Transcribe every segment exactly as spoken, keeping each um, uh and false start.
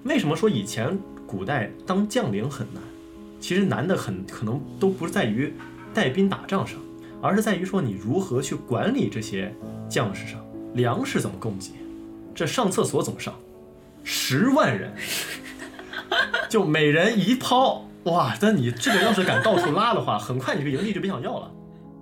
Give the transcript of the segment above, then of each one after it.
为什么说以前古代当将领很难？其实难的很可能都不是在于带兵打仗上，而是在于说你如何去管理这些将士上。粮食怎么供给？这上厕所怎么上？十万人，就每人一泡，哇！但你这个要是敢到处拉的话，很快你这个营地就别想要了。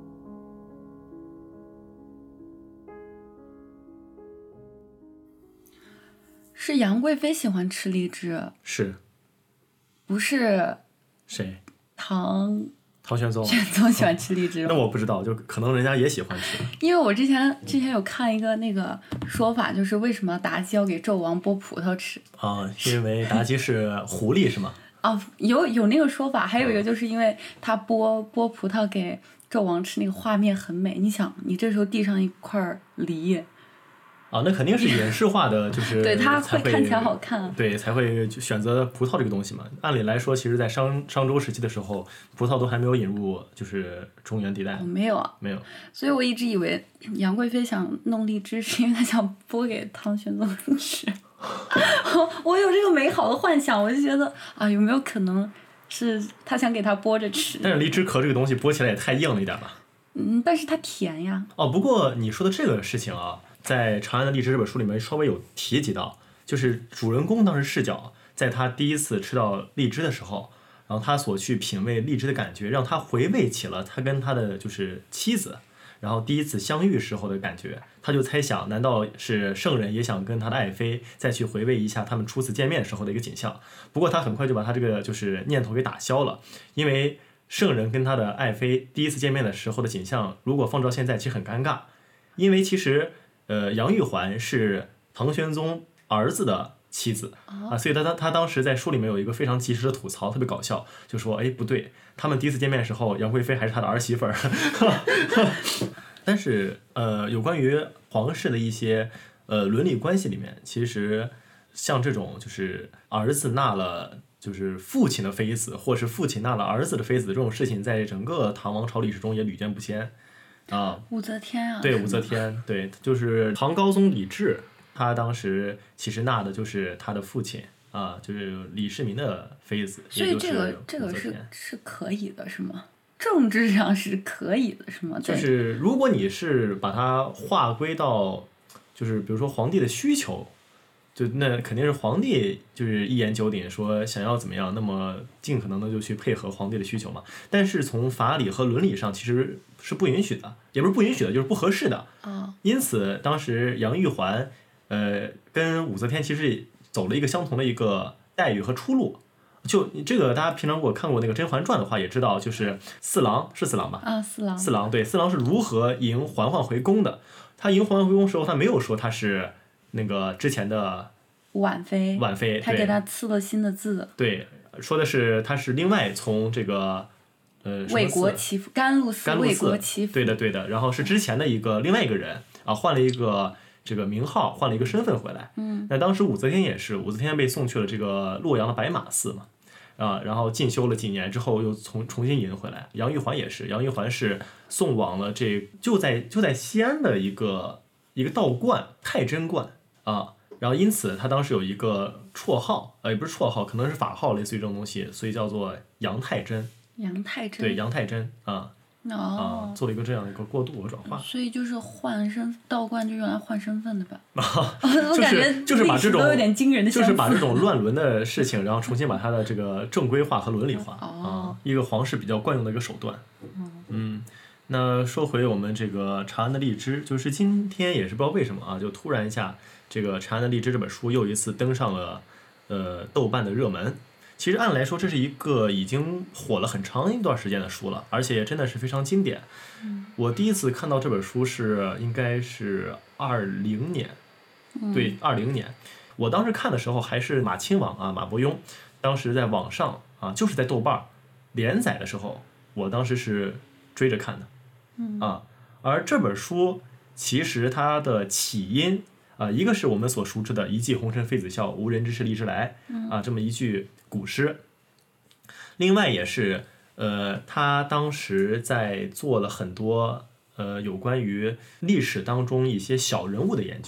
是杨贵妃喜欢吃荔枝， 是， 不是谁？ 唐唐玄宗。 玄宗喜欢吃荔枝、哦、 那我不知道，就可能人家也喜欢吃。 因为我之前之前有看一个那个说法，就是为什么妲己要给纣王剥葡萄吃啊？因为妲己是狐狸是吗？ 啊，有有那个说法，还有一个就是因为他剥剥葡萄给纣王吃，那个画面很美。你想，你这时候递上一块梨。 啊，那肯定是演示化的，就是对，它会看起来好看， 对，才会选择葡萄这个东西嘛。按理来说，其实，在商商周时期的时候，葡萄都还没有引入，就是中原地带。 哦，没有啊， 没有。 所以我一直以为杨贵妃想弄荔枝，是因为她想剥给唐玄宗吃。我有这个美好的幻想，我就觉得啊，有没有可能是她想给她剥着吃？ 但是荔枝壳这个东西剥起来也太硬了一点吧？ 嗯，但是它甜呀。 哦，不过你说的这个事情啊。在《长安的荔枝》这本书里面稍微有提及到，就是主人公当时视角，在他第一次吃到荔枝的时候，然后他所去品味荔枝的感觉，让他回味起了他跟他的就是妻子，然后第一次相遇时候的感觉。他就猜想，难道是圣人也想跟他的爱妃再去回味一下他们初次见面时候的一个景象？不过他很快就把他这个就是念头给打消了，因为圣人跟他的爱妃第一次见面的时候的景象，如果放到现在其实很尴尬，因为其实。呃，杨玉环是唐玄宗儿子的妻子啊，所以他他他当时在书里面有一个非常及时的吐槽，特别搞笑，就说哎不对，他们第一次见面的时候，杨贵妃还是他的儿媳妇儿。但是呃，有关于皇室的一些呃伦理关系里面，其实像这种就是儿子纳了就是父亲的妃子，或是父亲纳了儿子的妃子这种事情，在整个唐王朝历史中也屡见不鲜。啊， 武则天啊， 对，武则天，对，就是唐高宗李治，他当时其实纳的就是他的父亲啊，就是李世民的妃子， 所以这个这个是是可以的，是吗？政治上是可以的，是吗？ 就是如果你是把它划归到，就是比如说皇帝的需求。就那肯定是皇帝就是一言九鼎说想要怎么样，那么尽可能的就去配合皇帝的需求嘛。但是从法理和伦理上其实是不允许的，也不是不允许的，就是不合适的。 哦、 因此当时杨玉环呃跟武则天其实走了一个相同的一个待遇和出路。就这个大家平常如果看过那个《甄嬛传》的话也知道，就是四郎是四郎吧？ 啊，四郎。 四郎对，四郎是如何迎嬛嬛回宫的。他迎嬛嬛回宫的时候，他没有说他是那个之前的婉妃， 婉妃， 他给他赐了新的字。 对，说的是他是另外从这个呃魏国祈福，甘露寺魏国祈福。 对的对的，然后是之前的一个另外一个人啊，换了一个这个名号，换了一个身份回来。 嗯， 那当时武则天也是，武则天被送去了这个洛阳的白马寺嘛，啊，然后进修了几年之后又重重新迎回来。杨玉环也是，杨玉环是送往了这就在就在西安的一个一个道观太真观啊。然后因此他当时有一个绰号，呃，也不是绰号，可能是法号，类似于这种东西，所以叫做杨太真。 杨太真。 对，杨太真啊。 哦。 啊，做了一个这样的一个过渡和转化。 所以就是换身道观就用来换身份的吧？ 啊， 我感觉就是把这种都有点惊人的相似， 就是把这种乱伦的事情，然后重新把它的这个正规化和伦理化、 哦、 啊，一个皇室比较惯用的一个手段。 嗯。 嗯那说回我们这个《长安的荔枝》，就是今天也是不知道为什么啊，就突然一下，这个《长安的荔枝》这本书又一次登上了呃豆瓣的热门。其实按来说，这是一个已经火了很长一段时间的书了，而且真的是非常经典。 嗯、 我第一次看到这本书是应该是二零年， 嗯、 对，二零年。我当时看的时候还是马亲王啊，马伯庸，当时在网上啊，就是在豆瓣连载的时候，我当时是追着看的。 嗯啊，而这本书其实它的起因啊，一个是我们所熟知的一骑红尘妃子笑，无人知是荔枝来啊这么一句古诗，另外也是呃他当时在做了很多呃有关于历史当中一些小人物的研究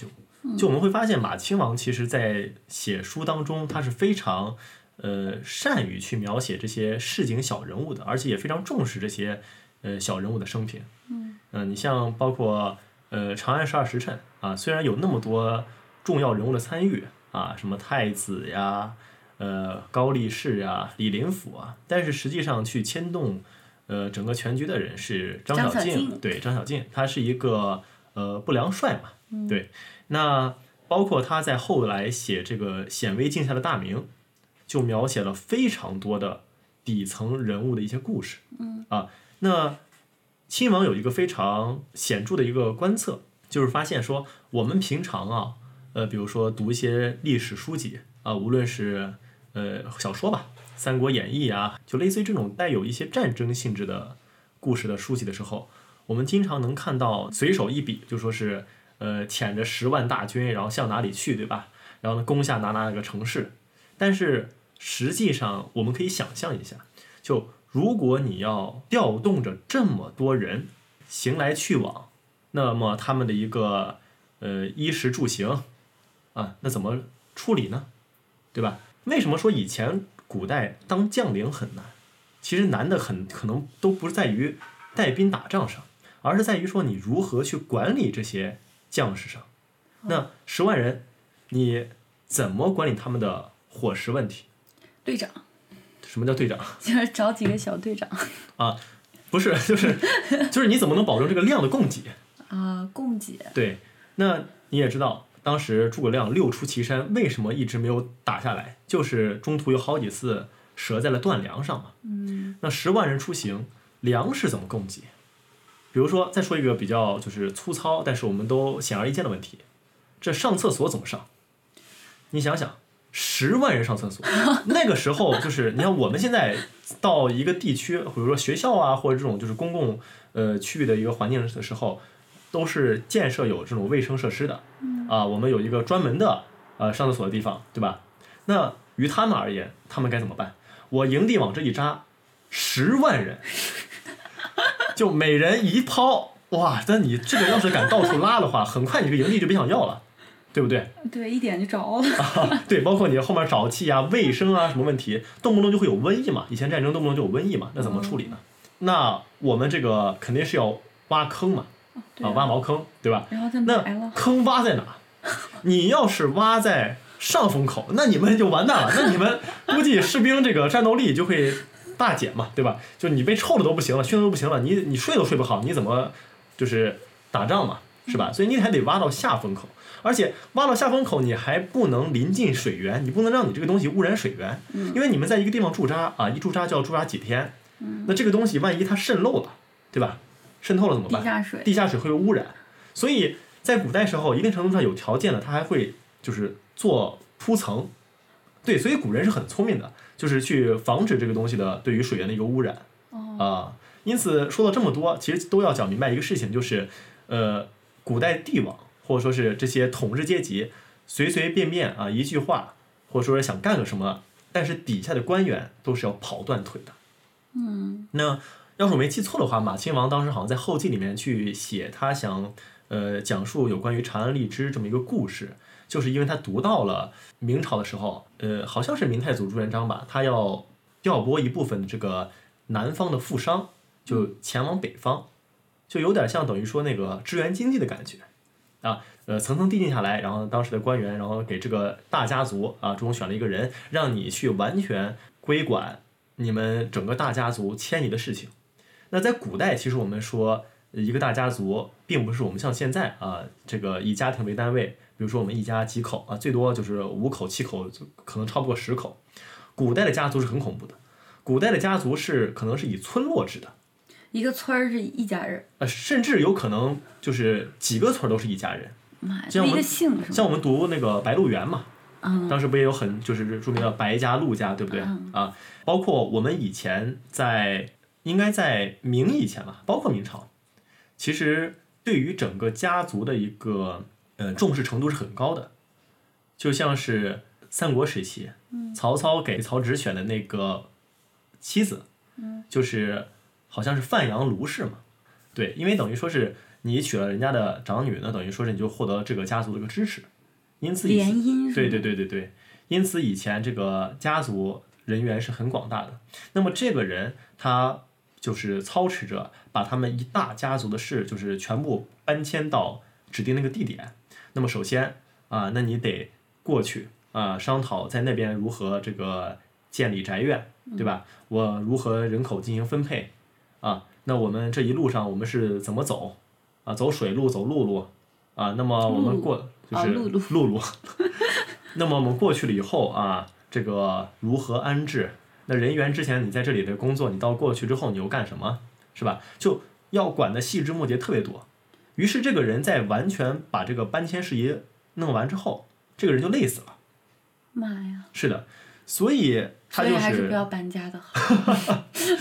就我们会发现马亲王其实在写书当中，他是非常呃善于去描写这些市井小人物的，而且也非常重视这些呃小人物的生平。嗯、呃，你像包括呃《长安十二时辰》啊，虽然有那么多重要人物的参与啊，什么太子呀、呃高力士呀、李林甫啊，但是实际上去牵动呃整个全局的人是张小敬，对张小敬，他是一个呃不良帅嘛，嗯、对。那包括他在后来写这个显微镜下的大明，就描写了非常多的底层人物的一些故事。嗯啊，那亲王有一个非常显著的一个观测，就是发现说我们平常啊，呃，比如说读一些历史书籍啊，无论是呃小说吧，《三国演义》啊，就类似于这种带有一些战争性质的故事的书籍的时候，我们经常能看到随手一笔就说是。呃，遣着十万大军，然后向哪里去，对吧？然后呢，攻下哪哪个城市。但是实际上，我们可以想象一下，就如果你要调动着这么多人行来去往，那么他们的一个呃衣食住行啊，那怎么处理呢？对吧？为什么说以前古代当将领很难？其实难的很，可能都不是在于带兵打仗上，而是在于说你如何去管理这些。将士上，那十万人，你怎么管理他们的伙食问题？ 队长。 什么叫队长？ 就是找几个小队长。 啊，不是，就是就是你怎么能保证这个量的供给？ 啊，供给。 对，那你也知道，当时诸葛亮六出祁山，为什么一直没有打下来？就是中途有好几次折在了断粮上嘛。嗯。那十万人出行，粮食怎么供给？比如说，再说一个比较就是粗糙，但是我们都显而易见的问题，这上厕所怎么上？你想想，十万人上厕所，那个时候就是你看我们现在到一个地区，比如说学校啊，或者这种就是公共呃区域的一个环境的时候，都是建设有这种卫生设施的，啊，我们有一个专门的呃上厕所的地方，对吧？那于他们而言，他们该怎么办？我营地往这一扎，十万人。就每人一抛，哇！但你这个要是敢到处拉的话，很快你这个营地就别想要了，对不对？ 对，一点就着了。 啊、对，包括你后面沼气啊、卫生啊什么问题，动不动就会有瘟疫嘛。以前战争动不动就有瘟疫嘛，那怎么处理呢？嗯、那我们这个肯定是要挖坑嘛，啊，挖茅坑，对吧？ 然后再埋了。那坑挖在哪？你要是挖在上风口，那你们就完蛋了。那你们估计士兵这个战斗力就会。大减嘛，对吧？就你被臭的都不行了，熏的都不行了，你你睡都睡不好，你怎么就是打仗嘛，是吧？所以你还得挖到下风口，而且挖到下风口，你还不能临近水源，你不能让你这个东西污染水源，因为你们在一个地方驻扎啊，一驻扎就要驻扎几天，那这个东西万一它渗漏了，对吧？渗透了怎么办？ 地下水， 地下水会有污染，所以在古代时候，一定程度上有条件的，它还会就是做铺层，对，所以古人是很聪明的。就是去防止这个东西的对于水源的一个污染，啊、 哦呃，因此说了这么多，其实都要讲明白一个事情，就是，呃，古代帝王或者说是这些统治阶级，随随便便啊一句话，或者说是想干个什么，但是底下的官员都是要跑断腿的。 嗯， 那要是我没记错的话，马亲王当时好像在后记里面去写，他想呃讲述有关于长安荔枝这么一个故事。就是因为他读到了明朝的时候，呃，好像是明太祖朱元璋吧，他要调拨一部分的这个南方的富商，就前往北方，就有点像等于说那个支援经济的感觉，啊，呃，层层递进下来，然后当时的官员，然后给这个大家族啊中选了一个人，让你去完全归管你们整个大家族迁移的事情。那在古代，其实我们说一个大家族，并不是我们像现在啊，这个以家庭为单位。比如说我们一家几口啊，最多就是五口七口，可能超不过十口。古代的家族是很恐怖的，古代的家族是可能是以村落制的， 一个村儿是一家人， 呃，甚至有可能就是几个村都是一家人。像我们像我们读那个《白鹿原》嘛， 嗯， 当时不也有很就是著名的白家、陆家，对不对？ 嗯、 啊，包括我们以前在应该在明以前吧，包括明朝，其实对于整个家族的一个。呃，重视程度是很高的，就像是三国时期，嗯、曹操给曹植选的那个妻子， 嗯、 就是好像是范阳卢氏嘛，对，因为等于说是你娶了人家的长女，那等于说是你就获得了这个家族的一个支持， 因此联姻， 对对对对对，因此以前这个家族人员是很广大的。那么这个人他就是操持着把他们一大家族的事，就是全部搬迁到指定那个地点。那么首先啊，那你得过去啊，商讨在那边如何这个建立宅院，对吧？我如何人口进行分配啊？那我们这一路上我们是怎么走啊？走水路，走陆路啊？那么我们过就是陆路， 陆路。那么我们过去了以后啊，这个如何安置？那人员之前你在这里的工作，你到过去之后你又干什么，是吧？就要管的细枝末节特别多。于是这个人在完全把这个搬迁事宜弄完之后，这个人就累死了。 妈呀！ 是的，所以他就是， 所以还是不要搬家的好。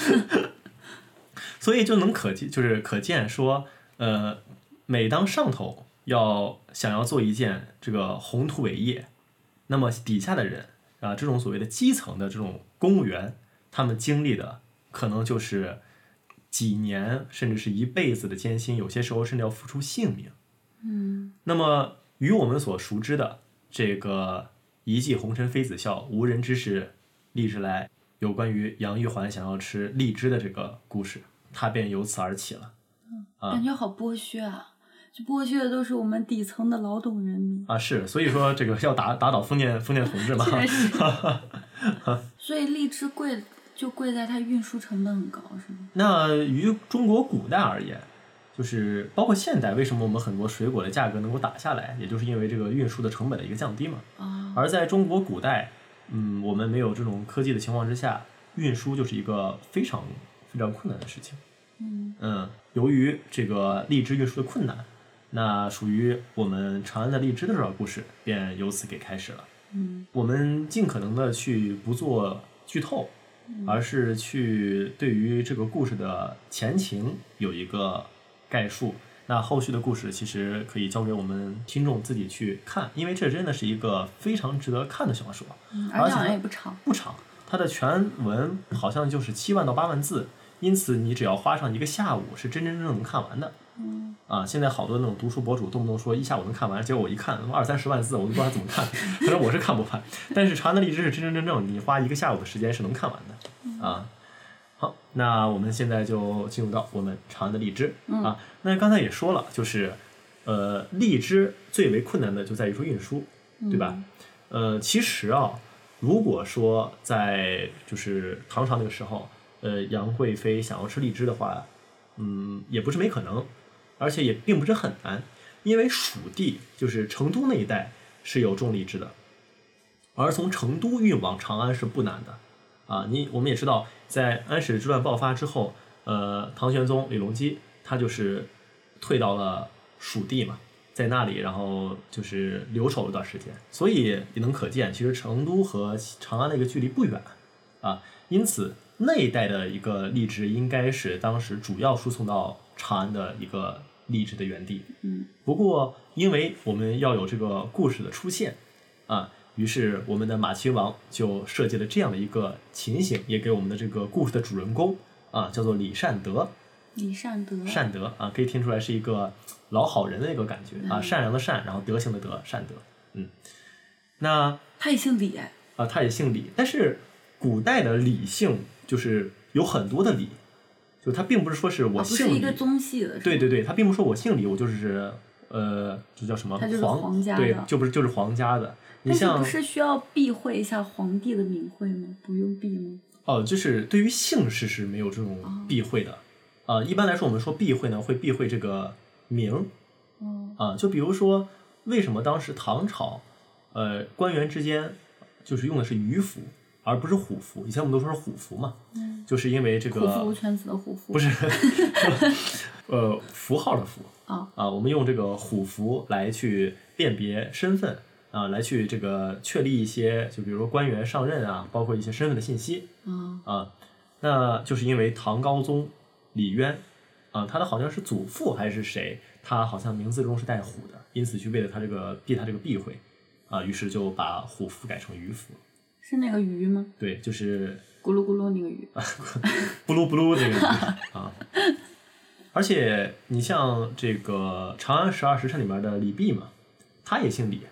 所以就能可见，就是可见说，呃，每当上头要想要做一件这个宏图伟业，那么底下的人啊，这种所谓的基层的这种公务员，他们经历的可能就是几年甚至是一辈子的艰辛，有些时候甚至要付出性命。 嗯。 那么与我们所熟知的这个一骑红尘妃子笑，无人知是荔枝来，有关于杨玉环想要吃荔枝的这个故事，它便由此而起了。 嗯啊、 感觉好剥削啊！这剥削的都是我们底层的劳动人民啊，是，所以说这个要打打倒封建封建统治嘛。 所以荔枝贵就贵在它运输成本很高，是吗？ 那于中国古代而言，就是包括现代，为什么我们很多水果的价格能够打下来，也就是因为这个运输的成本的一个降低嘛。 啊。 而在中国古代，嗯，我们没有这种科技的情况之下，运输就是一个非常非常困难的事情。 嗯嗯，由于这个荔枝运输的困难，那属于我们长安的荔枝的这个故事便由此给开始了。 嗯， 我们尽可能的去不做剧透，而是去对于这个故事的前情有一个概述。那后续的故事其实可以交给我们听众自己去看，因为这真的是一个非常值得看的小说， 嗯、而且好像也不长， 不长，它的全文好像就是七万到八万字，因此你只要花上一个下午是真真正正能看完的。 嗯啊，现在好多那种读书博主动不动说一下午能看完，结果我一看二三十万字，我都不知道怎么看，反正我是看不完。但是长安的荔枝是真真正正你花一个下午的时间是能看完的啊。好，那我们现在就进入到我们长安的荔枝啊。那刚才也说了，就是呃，荔枝最为困难的就在于说运输，对吧？呃，其实啊，如果说在就是唐朝那个时候，呃，杨贵妃想要吃荔枝的话，嗯，也不是没可能。而且也并不是很难，因为蜀地就是成都那一带是有种荔枝的，而从成都运往长安是不难的啊。你我们也知道，在安史之乱爆发之后，呃，唐玄宗李隆基他就是退到了蜀地嘛，在那里然后就是留守了一段时间，所以也能可见，其实成都和长安那个距离不远啊，因此那一带的一个荔枝应该是当时主要输送到长安的一个荔枝的原地。 嗯， 不过因为我们要有这个故事的出现啊，于是我们的马亲王就设计了这样的一个情形，也给我们的这个故事的主人公啊，叫做李善德。 李善德， 善德啊，可以听出来是一个老好人的一个感觉啊，善良的善，然后德行的德，善德。嗯，那他也姓李啊，他也姓李，但是古代的李姓就是有很多的李。就他并不是说是我姓李， 哦、不是一个宗系的， 对对对，他并不是说我姓李，我就是呃，这叫什么？ 他就是皇皇家的， 对，就不是就是皇家的。你像但是不是需要避讳一下皇帝的名讳吗？不用避吗？ 哦，就是对于姓氏是没有这种避讳的。啊、哦呃，一般来说我们说避讳呢，会避讳这个名。 哦。 啊、呃，就比如说，为什么当时唐朝，呃，官员之间就是用的是鱼符，而不是虎符？以前我们都说是虎符嘛。嗯。就是因为这个虎符无犬子的虎符不是，呃，符号的符啊啊，我们用这个虎符来去辨别身份啊，来去这个确立一些，就比如说官员上任啊，包括一些身份的信息啊啊，那就是因为唐高宗李渊啊，他的好像是祖父还是谁，他好像名字中是带虎的，因此去为了他这个避他这个避讳啊，于是就把虎符改成鱼符。 是那个鱼吗？ 对，就是咕噜咕噜那个鱼， 咕噜咕噜那个鱼啊。而且你像这个《长安十二时辰》里面的李泌嘛，他也姓李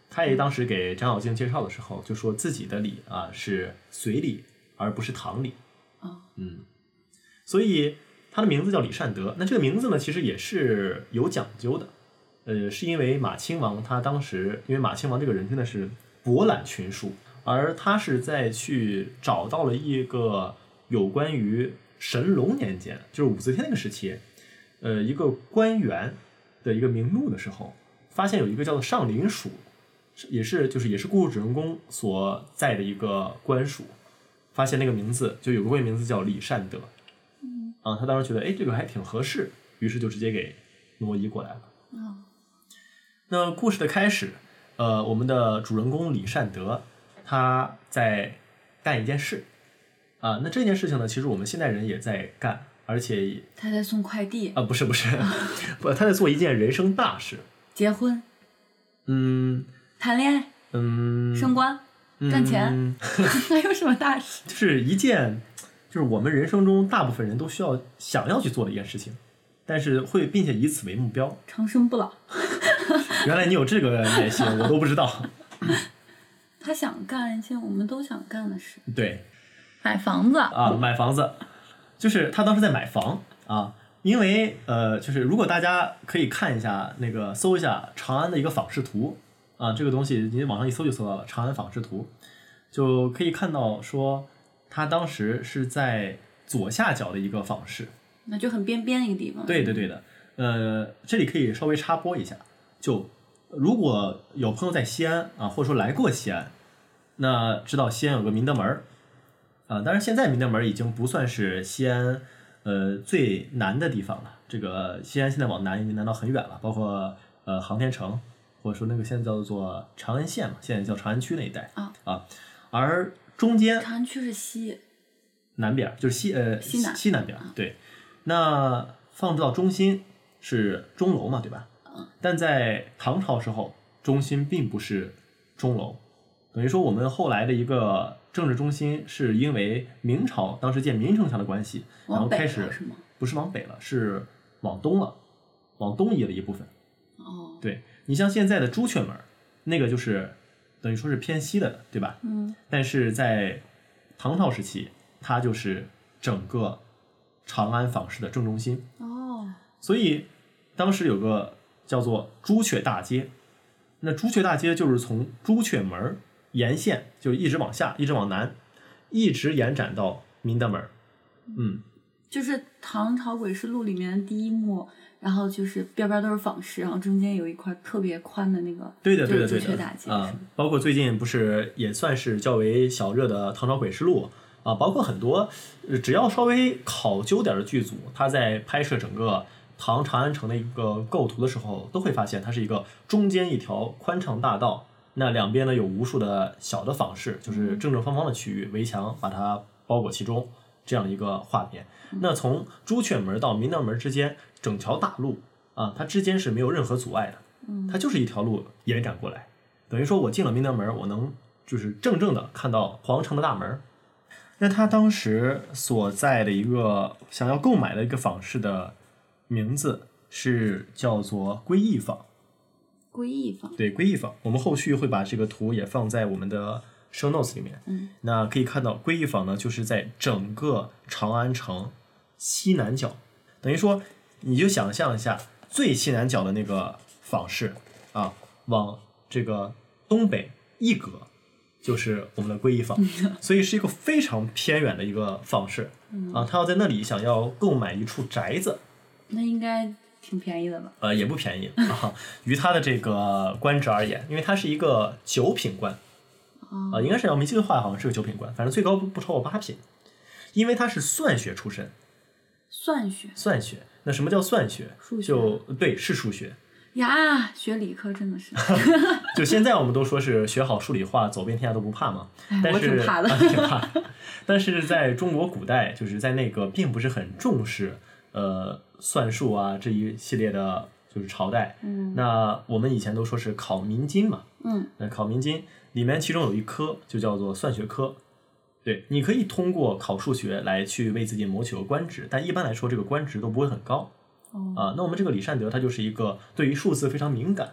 他也当时给张小敬介绍的时候就说自己的礼啊是隋礼而不是唐礼。 哦， 嗯，所以他的名字叫李善德。那这个名字呢其实也是有讲究的，呃，是因为马亲王他当时，因为马亲王这个人真的是博览群书，而他是在去找到了一个有关于神龙年间，就是武则天那个时期，呃，一个官员的一个名录的时候，发现有一个叫做上林署，也是就是也是故事主人公所在的一个官署，发现那个名字就有个官员名字叫李善德， 嗯啊，他当时觉得哎这个还挺合适，于是就直接给挪移过来了。 哦， 那故事的开始，呃，我们的主人公李善德他在干一件事啊，那这件事情呢，其实我们现代人也在干，而且他在送快递啊，不是不是，不，他在做一件人生大事， 结婚， 嗯谈恋爱， 嗯， 升官，赚钱， 嗯还有什么大事？ 就是一件，就是我们人生中大部分人都需要想要去做的一件事情，但是会并且以此为目标。 长生不老。 原来你有这个野心，我都不知道。 他想干一件我们都想干的事， 对， 买房子啊，买房子，就是他当时在买房啊，因为呃，就是如果大家可以看一下那个搜一下长安的一个仿视图啊，这个东西你网上一搜就搜到了长安仿视图，就可以看到说他当时是在左下角的一个仿视， 那就很边边一个地方。 对的对的，呃，这里可以稍微插播一下，就如果有朋友在西安啊，或者说来过西安，那知道西安有个明德门儿啊，当然现在明德门儿已经不算是西安呃最南的地方了，这个西安现在往南已经南到很远了，包括呃航天城，或者说那个现在叫做长安县嘛，现在叫长安区那一带啊啊，而中间长安区是西南边就是西呃西南西南边，对，那放置到中心是钟楼嘛，对吧？但在唐朝时候，中心并不是钟楼，等于说我们后来的一个政治中心是因为明朝当时建明城墙的关系，然后开始是吗？ 不是往北了，是往东了，往东移了一部分。 哦， 对，你像现在的朱雀门，那个就是等于说是偏西的，对吧？ 嗯， 但是在唐朝时期，它就是整个长安坊市的正中心。 哦， 所以当时有个叫做朱雀大街，那朱雀大街就是从朱雀门沿线就一直往下，一直往南，一直延展到明德门。嗯， 就是唐朝诡事录里面第一幕，然后就是边边都是坊市，然后中间有一块特别宽的那个， 对的对的对的朱雀大街啊，包括最近不是也算是较为小热的唐朝诡事录啊，包括很多只要稍微考究点的剧组，他在拍摄整个唐长安城的一个构图的时候，都会发现它是一个中间一条宽敞大道，那两边呢有无数的小的坊市，就是正正方方的区域，围墙把它包裹其中，这样的一个画面。那从朱雀门到明德门之间，整条大路啊，它之间是没有任何阻碍的，它就是一条路延展过来，等于说我进了明德门，我能就是正正的看到皇城的大门。那他当时所在的一个想要购买的一个坊市的名字是叫做归义坊。 归义坊， 对，归义坊，我们后续会把这个图也放在我们的 show notes 里面。 嗯， 那可以看到归义坊呢，就是在整个长安城西南角，等于说你就想象一下最西南角的那个坊市啊，往这个东北一格就是我们的归义坊，所以是一个非常偏远的一个坊市啊。他要在那里想要购买一处宅子， 那应该挺便宜的吧？ 呃，也不便宜啊。于他的这个官职而言，因为他是一个九品官，啊、呃，应该是要没记错的话，好像是个九品官，反正最高不不超过八品，因为他是算学出身。 算学， 算学，那什么叫算学？ 数学就对，是数学。 呀，学理科真的是。 就现在我们都说是学好数理化，走遍天下都不怕嘛。 哎， 但是我挺怕的。 啊、挺怕的。但是在中国古代，就是在那个并不是很重视呃算术啊这一系列的，就是朝代。 嗯。 那我们以前都说是考明经嘛。 嗯。 那考明经里面其中有一科就叫做算学科。对，你可以通过考数学来去为自己谋取个官职，但一般来说这个官职都不会很高。 哦。 啊，那我们这个李善德他就是一个对于数字非常敏感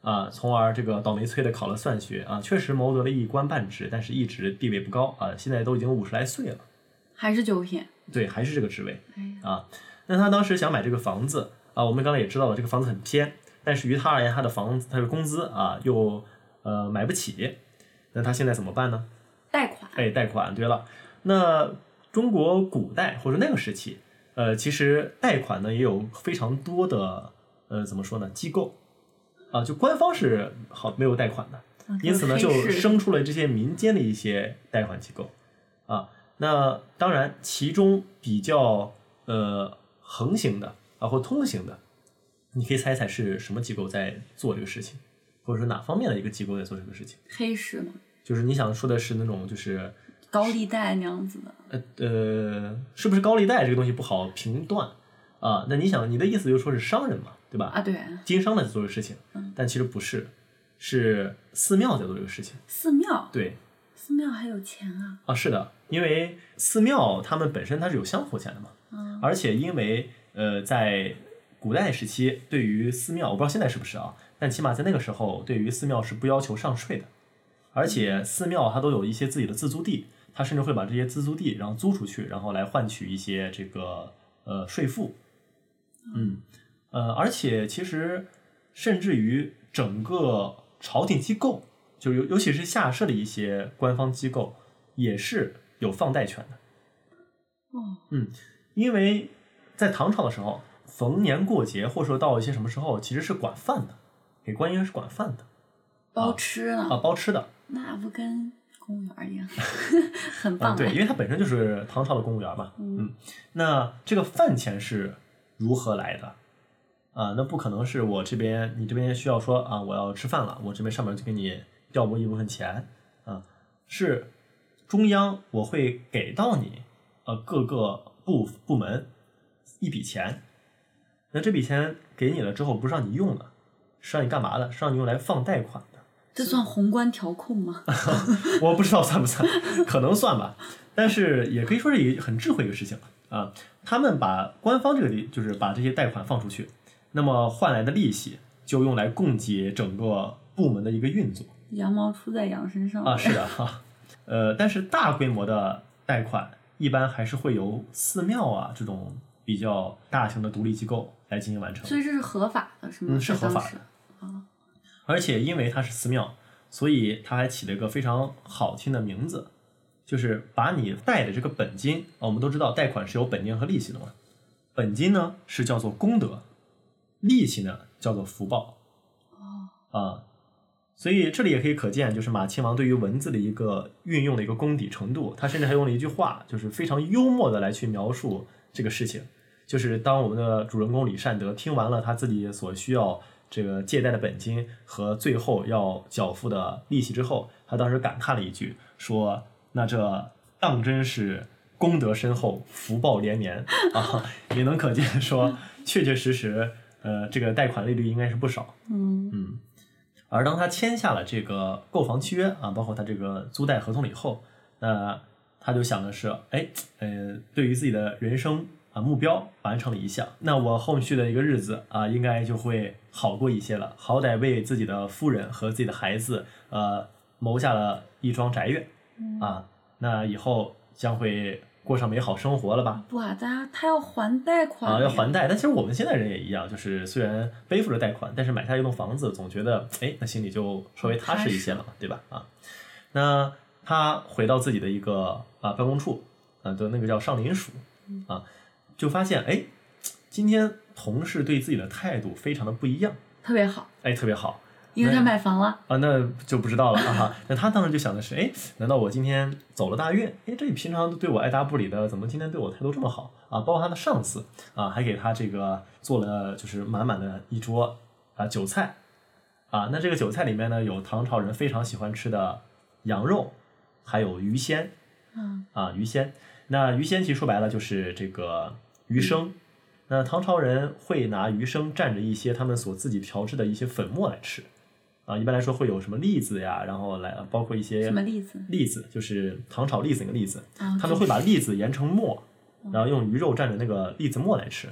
啊，从而这个倒霉催的考了算学啊，确实谋得了一官半职，但是一直地位不高啊，现在都已经五十来岁了， 还是九品， 对，还是这个职位哎啊。那他当时想买这个房子啊，我们刚才也知道了，这个房子很偏，但是于他而言，他的房子他的工资啊又呃买不起，那他现在怎么办呢？ 贷款， 哎，贷款。对了，那中国古代或者那个时期，呃，其实贷款呢也有非常多的呃怎么说呢机构。啊，就官方是好没有贷款的，因此呢就生出了这些民间的一些贷款机构啊。那当然，其中比较呃横行的啊或通行的，你可以猜猜是什么机构在做这个事情，或者说哪方面的一个机构在做这个事情？ 黑市吗？ 就是你想说的是那种就是高利贷那样子的？ 呃呃，是不是高利贷这个东西不好评断啊？那你想你的意思就是说是商人嘛？对吧？ 啊，对， 经商在做这个事情， 嗯， 但其实不是，是寺庙在做这个事情。 寺庙？ 对， 寺庙还有钱啊？ 啊，是的，因为寺庙他们本身它是有香火钱的嘛， 嗯， 而且因为呃，在古代时期，对于寺庙，我不知道现在是不是啊，但起码在那个时候，对于寺庙是不要求上税的，而且寺庙它都有一些自己的自租地，它甚至会把这些自租地然后租出去，然后来换取一些这个呃税赋，嗯。呃，而且其实甚至于整个朝廷机构，就尤尤其是下设的一些官方机构，也是有放贷权的。 哦， 嗯，因为在唐朝的时候，逢年过节或者说到一些什么时候，其实是管饭的，给官员是管饭的， 包吃呢？ 啊，包吃的， 那不跟公务员一样，很棒、 啊。对，因为它本身就是唐朝的公务员嘛。 嗯， 嗯，那这个饭钱是如何来的？啊，那不可能是我这边，你这边需要说啊，我要吃饭了，我这边上面就给你调拨一部分钱啊，是中央我会给到你呃各个部部门一笔钱，那这笔钱给你了之后，不是让你用的，是让你干嘛的？是让你用来放贷款的。 这算宏观调控吗？ 我不知道算不算，可能算吧，但是也可以说是一个很智慧的事情啊。他们把官方这个就是把这些贷款放出去。那么换来的利息就用来供给整个部门的一个运作。 羊毛出在羊身上啊，是的哈，呃，但是大规模的贷款一般还是会由寺庙啊这种比较大型的独立机构来进行完成。 所以这是合法的，是吗？ 嗯，是合法的啊。 而且因为它是寺庙，所以它还起了一个非常好听的名字，就是把你贷的这个本金，啊，我们都知道贷款是有本金和利息的嘛，本金呢是叫做功德。利息呢叫做福报， 哦啊，所以这里也可以可见，就是马亲王对于文字的一个运用的一个功底程度。他甚至还用了一句话，就是非常幽默的来去描述这个事情。就是当我们的主人公李善德听完了他自己所需要这个借贷的本金和最后要缴付的利息之后，他当时感叹了一句，说：“那这当真是功德深厚，福报连绵啊！”也能可见说，确确实实。呃，这个贷款利率应该是不少， 嗯嗯，而当他签下了这个购房契约啊，包括他这个租贷合同了以后，那他就想的是，哎，呃，对于自己的人生啊目标完成了一项，那我后续的一个日子啊，应该就会好过一些了，好歹为自己的夫人和自己的孩子呃谋下了一桩宅院啊，那以后将会。过上美好生活了吧？ 不啊，大家他要还贷款啊，要还贷。但其实我们现在人也一样，就是虽然背负着贷款，但是买下一栋房子，总觉得哎，那心里就稍微踏实一些了嘛，对吧？啊，那他回到自己的一个啊办公处啊的那个叫上林署啊，就发现哎，今天同事对自己的态度非常的不一样， 特别好， 哎，特别好。 因为他买房了啊，那就不知道了啊。那他当时就想的是，哎，难道我今天走了大运？哎，这平常都对我爱答不理的，怎么今天对我态度这么好啊？包括他的上司啊，还给他这个做了就是满满的一桌啊酒菜啊。那这个酒菜里面呢，有唐朝人非常喜欢吃的羊肉，还有鱼鲜， 嗯啊鱼鲜。那鱼鲜其实说白了就是这个鱼生。那唐朝人会拿鱼生蘸着一些他们所自己调制的一些粉末来吃。啊，一般来说会有什么栗子呀，然后来包括一些什么栗子？ 栗子就是糖炒栗子那个栗子， 哦、 他们会把栗子研成末，然后用鱼肉蘸着那个栗子末来吃。 哦，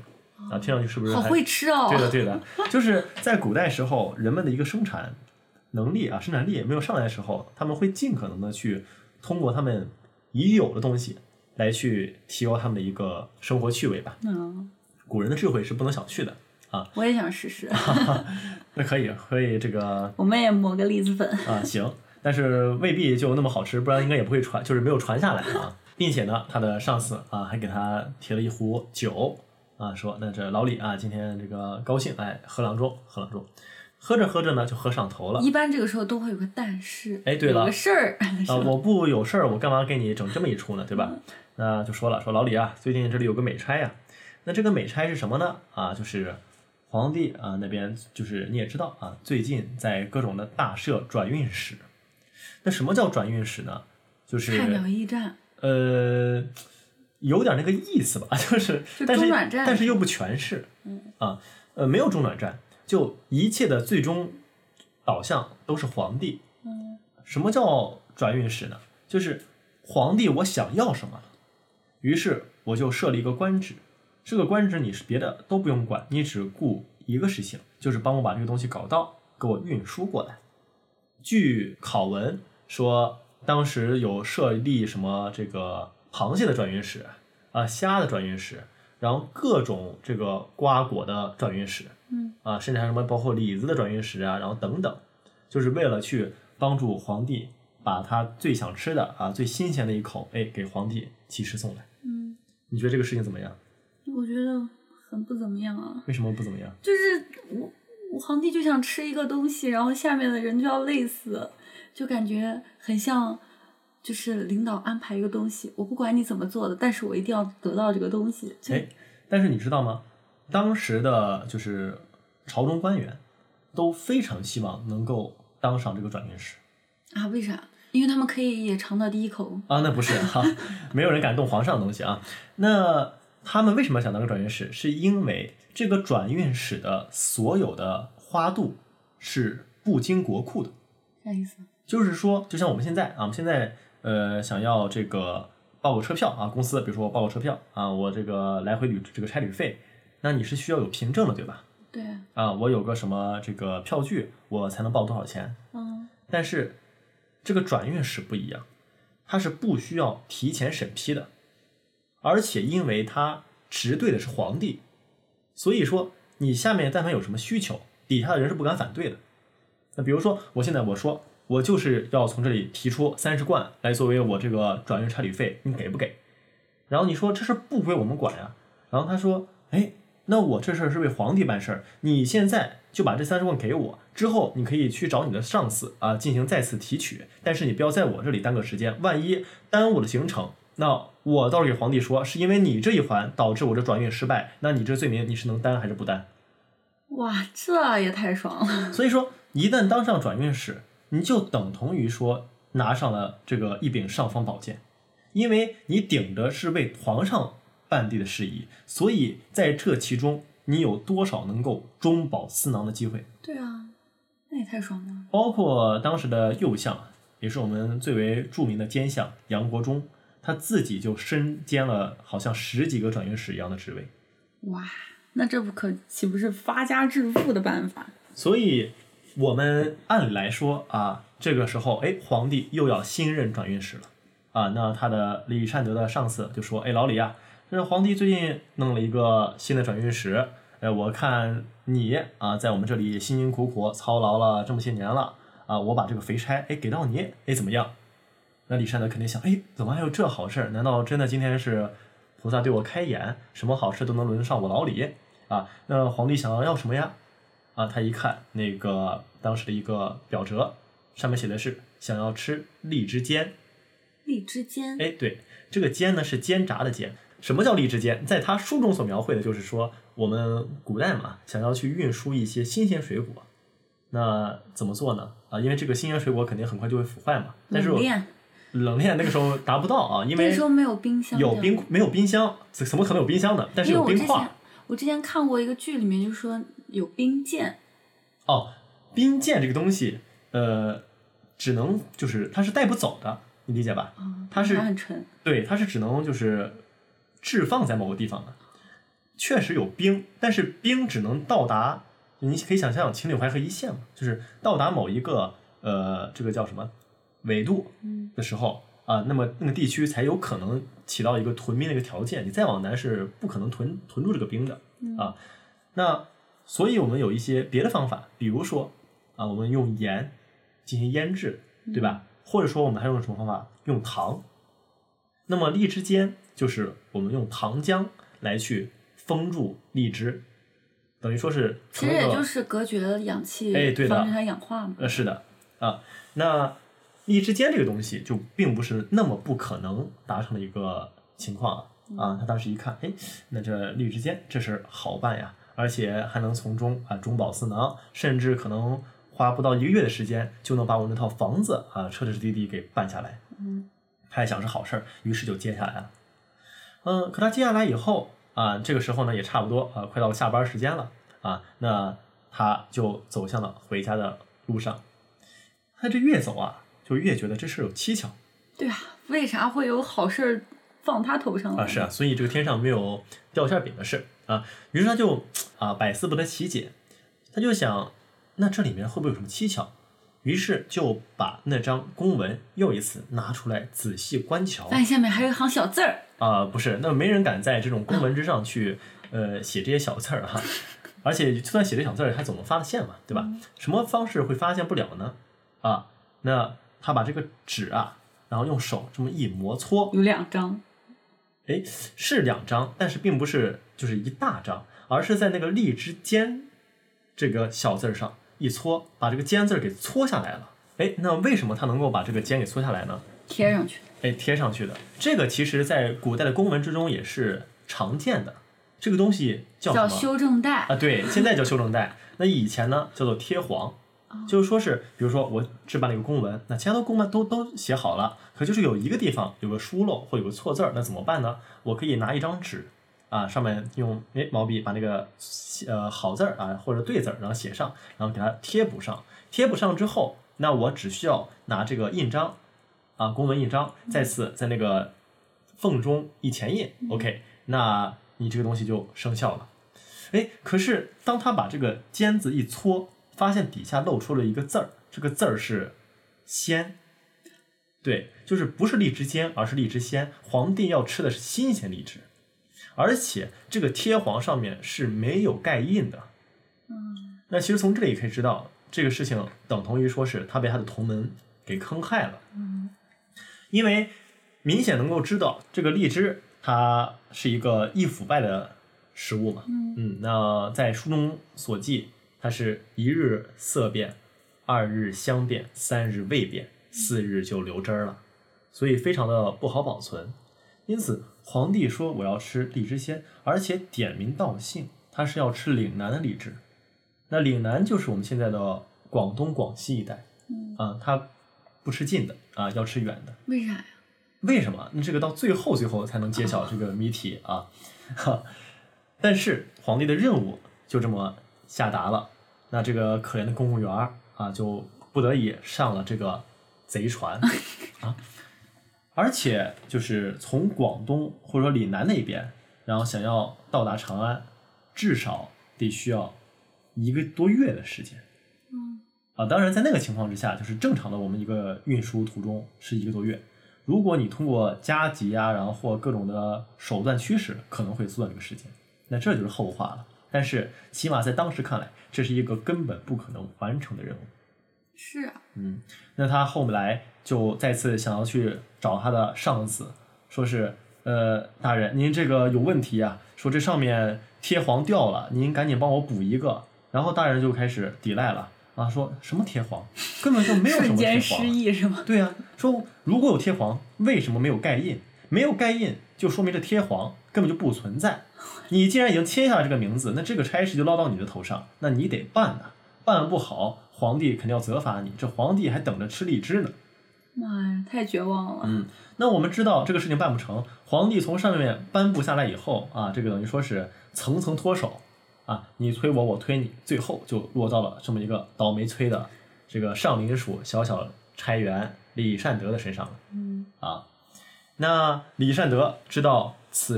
啊，听上去是不是好会吃哦？ 对的对的，就是在古代时候，人们的一个生产能力啊，生产力没有上来的时候，他们会尽可能的去通过他们已有的东西来去提高他们的一个生活趣味吧。 嗯， 古人的智慧是不能小觑的啊。 我也想试试。 那可以，可以这个我们也磨个栗子粉啊，行，但是未必就那么好吃，不然应该也不会传，就是没有传下来啊。并且呢，他的上司啊还给他提了一壶酒啊，说那这老李啊今天这个高兴，哎，喝两盅，喝两盅。喝着喝着呢，就喝上头了。 一般这个时候都会有个但是， 哎，对了， 有个事儿啊，我不有事儿，我干嘛给你整这么一出呢？对吧？那就说了，说老李啊，最近这里有个美差呀。那这个美差是什么呢？啊，就是皇帝啊那边，就是你也知道啊，最近在各种的大设转运使。那什么叫转运使呢？就是菜鸟驿站， 呃，有点那个意思吧，就是就但是中转站但是又不全是， 嗯啊，呃，没有中转站。就一切的最终导向都是皇帝。 嗯， 什么叫转运使呢？就是皇帝我想要什么，于是我就设立一个官职，这个官职你是别的都不用管，你只顾一个事情，就是帮我把这个东西搞到，给我运输过来。据考文说，当时有设立什么这个螃蟹的转运使啊、虾的转运使，然后各种这个瓜果的转运使。 嗯啊，甚至还有什么包括李子的转运使啊，然后等等，就是为了去帮助皇帝把他最想吃的啊、最新鲜的一口，哎，给皇帝及时送来。 嗯， 你觉得这个事情怎么样？ 我觉得很不怎么样啊。 为什么不怎么样？ 就是我，我皇帝就想吃一个东西，然后下面的人就要累死，就感觉很像，就是领导安排一个东西，我不管你怎么做的，但是我一定要得到这个东西。 哎，但是你知道吗？当时的就是朝中官员都非常希望能够当上这个转运使啊？为啥？因为他们可以也尝到第一口啊？那不是哈，没有人敢动皇上的东西啊。那他们为什么想当个转运使？是因为这个转运使的所有的花度是不经国库的。 啥意思？ 就是说，就像我们现在啊，我们现在呃想要这个报个车票啊，公司比如说我报个车票啊，我这个来回旅这个差旅费。那你是需要有凭证的，对吧？ 对啊，我有个什么这个票据，我才能报多少钱？ 嗯， 但是这个转运使不一样，它是不需要提前审批的，而且因为它直对的是皇帝，所以说你下面但凡有什么需求，底下的人是不敢反对的。那比如说我现在我说我就是要从这里提出三十贯来作为我这个转运差旅费，你给不给？然后你说这事不归我们管呀，然后他说，哎。那我这事儿是为皇帝办事儿，你现在就把这三十万给我，之后你可以去找你的上司啊进行再次提取，但是你不要在我这里耽搁时间，万一耽误了行程，那我到时候给皇帝说是因为你这一环导致我这转运失败，那你这罪名你是能担还是不担？ 哇，这也太爽了！ 所以说，一旦当上转运使，你就等同于说拿上了这个一柄尚方宝剑，因为你顶着是为皇上办地的事宜，所以在这其中，你有多少能够中饱私囊的机会？ 对啊，那也太爽了。 包括当时的右相，也是我们最为著名的奸相杨国忠，他自己就身兼了好像十几个转运使一样的职位。 哇，那这不可岂不是发家致富的办法？ 所以我们按理来说啊，这个时候，哎，皇帝又要新任转运使了啊，那他的李善德的上司就说，哎，老李啊。这皇帝最近弄了一个新的转运使，哎，我看你啊，在我们这里辛辛苦苦操劳了这么些年了啊，我把这个肥差哎给到你，哎怎么样？那李善德肯定想，哎，怎么还有这好事？难道真的今天是菩萨对我开眼，什么好事都能轮上我老李啊？那皇帝想要要什么呀？啊，他一看那个当时的一个表折，上面写的是想要吃荔枝尖。 荔枝尖？ 哎，对，这个尖呢是煎炸的煎。什么叫荔枝尖？在他书中所描绘的就是说，我们古代嘛，想要去运输一些新鲜水果，那怎么做呢？啊，因为这个新鲜水果肯定很快就会腐坏嘛。但是冷链， 冷链那个时候达不到啊，因为那时候没有冰箱， 有冰没有冰箱，怎么可能有冰箱呢？但是有冰块。 我之前看过一个剧，里面就说有冰鉴。 哦，冰鉴这个东西，呃，只能就是它是带不走的，你理解吧？ 嗯， 它是很沉。 对，它是只能就是置放在某个地方的。 确实有冰，但是冰只能到达，你可以想象秦岭淮河一线嘛，就是到达某一个呃这个叫什么纬度的时候啊、呃，那么那个地区才有可能起到一个屯兵的一个条件，你再往南是不可能屯屯住这个兵的啊。那所以我们有一些别的方法，比如说啊，我们用盐进行腌制，对吧？或者说我们还用什么方法？用糖。那么荔枝煎就是我们用糖浆来去封住荔枝，等于说是其实也就是隔绝了氧气， 哎，对的， 防止它氧化嘛。 呃，是的啊。那荔枝煎这个东西就并不是那么不可能达成的一个情况啊。他当时一看，哎，那这荔枝煎这是好办呀，而且还能从中啊中饱私囊，甚至可能花不到一个月的时间就能把我那套房子啊彻彻底底给办下来。 嗯， 他也想是好事儿，于是就接下来了。嗯，可他接下来以后啊，这个时候呢也差不多啊，快到下班时间了啊，那他就走向了回家的路上。他这越走啊，就越觉得这事有蹊跷。 对啊，为啥会有好事放他头上啊？是啊，所以这个天上没有掉馅饼的事啊。于是他就啊百思不得其解，他就想，那这里面会不会有什么蹊跷？于是就把那张公文又一次拿出来仔细观瞧。 发现下面还有一行小字儿啊，不是，那没人敢在这种公文之上去呃写这些小字儿哈。而且就算写这小字儿，他总能发现嘛，对吧？嗯、什么方式会发现不了呢？啊，那他把这个纸啊，然后用手这么一摩搓， 有两张， 哎，是两张，但是并不是就是一大张，而是在那个荔枝尖这个小字上一搓，把这个尖字给搓下来了。哎，那为什么他能够把这个尖给搓下来呢？ 贴上去。 哎，贴上去的这个其实在古代的公文之中也是常见的。这个东西叫什么？ 叫修正带啊，对，现在叫修正带。那以前呢叫做贴黄，就是说是，比如说我置办了一个公文，那其他的公文都都写好了，可就是有一个地方有个疏漏或有个错字儿，那怎么办呢？我可以拿一张纸啊，上面用哎毛笔把那个呃好字儿啊或者对字儿，然后写上，然后给它贴补上。贴补上之后，那我只需要拿这个印章啊，公文印章，再次在那个缝中一前印、嗯、，OK， 那你这个东西就生效了。哎，可是当他把这个尖子一搓，发现底下露出了一个字儿，这个字儿是鲜，对，就是不是荔枝尖，而是荔枝鲜。皇帝要吃的是新鲜荔枝，而且这个贴黄上面是没有盖印的。 嗯， 那其实从这里可以知道，这个事情等同于说是他被他的同门给坑害了。 嗯， 因为明显能够知道这个荔枝它是一个易腐败的食物嘛。 嗯嗯，那在书中所记，它是一日色变，二日香变，三日味变，四日就流汁儿了，所以非常的不好保存。因此皇帝说我要吃荔枝鲜，而且点名道姓，他是要吃岭南的荔枝。那岭南就是我们现在的广东广西一带。 嗯啊，他不吃近的啊，要吃远的。 为啥呀？ 为什么？那这个到最后最后才能揭晓这个谜题啊。哈，但是皇帝的任务就这么下达了，那这个可怜的公务员啊，就不得已上了这个贼船啊，而且就是从广东或者说岭南那边，然后想要到达长安，至少得需要一个多月的时间。 嗯啊，当然在那个情况之下，就是正常的我们一个运输途中是一个多月。如果你通过加急啊，然后或各种的手段驱使，可能会缩短这个时间，那这就是后话了。但是起码在当时看来，这是一个根本不可能完成的任务。 是啊， 嗯，那他后来就再次想要去找他的上司，说是呃大人，您这个有问题啊，说这上面贴黄掉了，您赶紧帮我补一个。然后大人就开始抵赖了。啊，说什么贴黄，根本就没有什么贴黄。 瞬间失忆是吗？ 对啊，说如果有贴黄，为什么没有盖印？没有盖印，就说明这贴黄根本就不存在。你既然已经签下了这个名字，那这个差事就落到你的头上，那你得办呐、啊，办不好，皇帝肯定要责罚你。这皇帝还等着吃荔枝呢。 妈呀，太绝望了。 嗯，那我们知道这个事情办不成，皇帝从上面颁布下来以后啊，这个等于说是层层脱手。啊，你推我，我推你，最后就落到了这么一个倒霉催的这个上林署小小差员李善德的身上了。 嗯， 啊，那李善德知道此事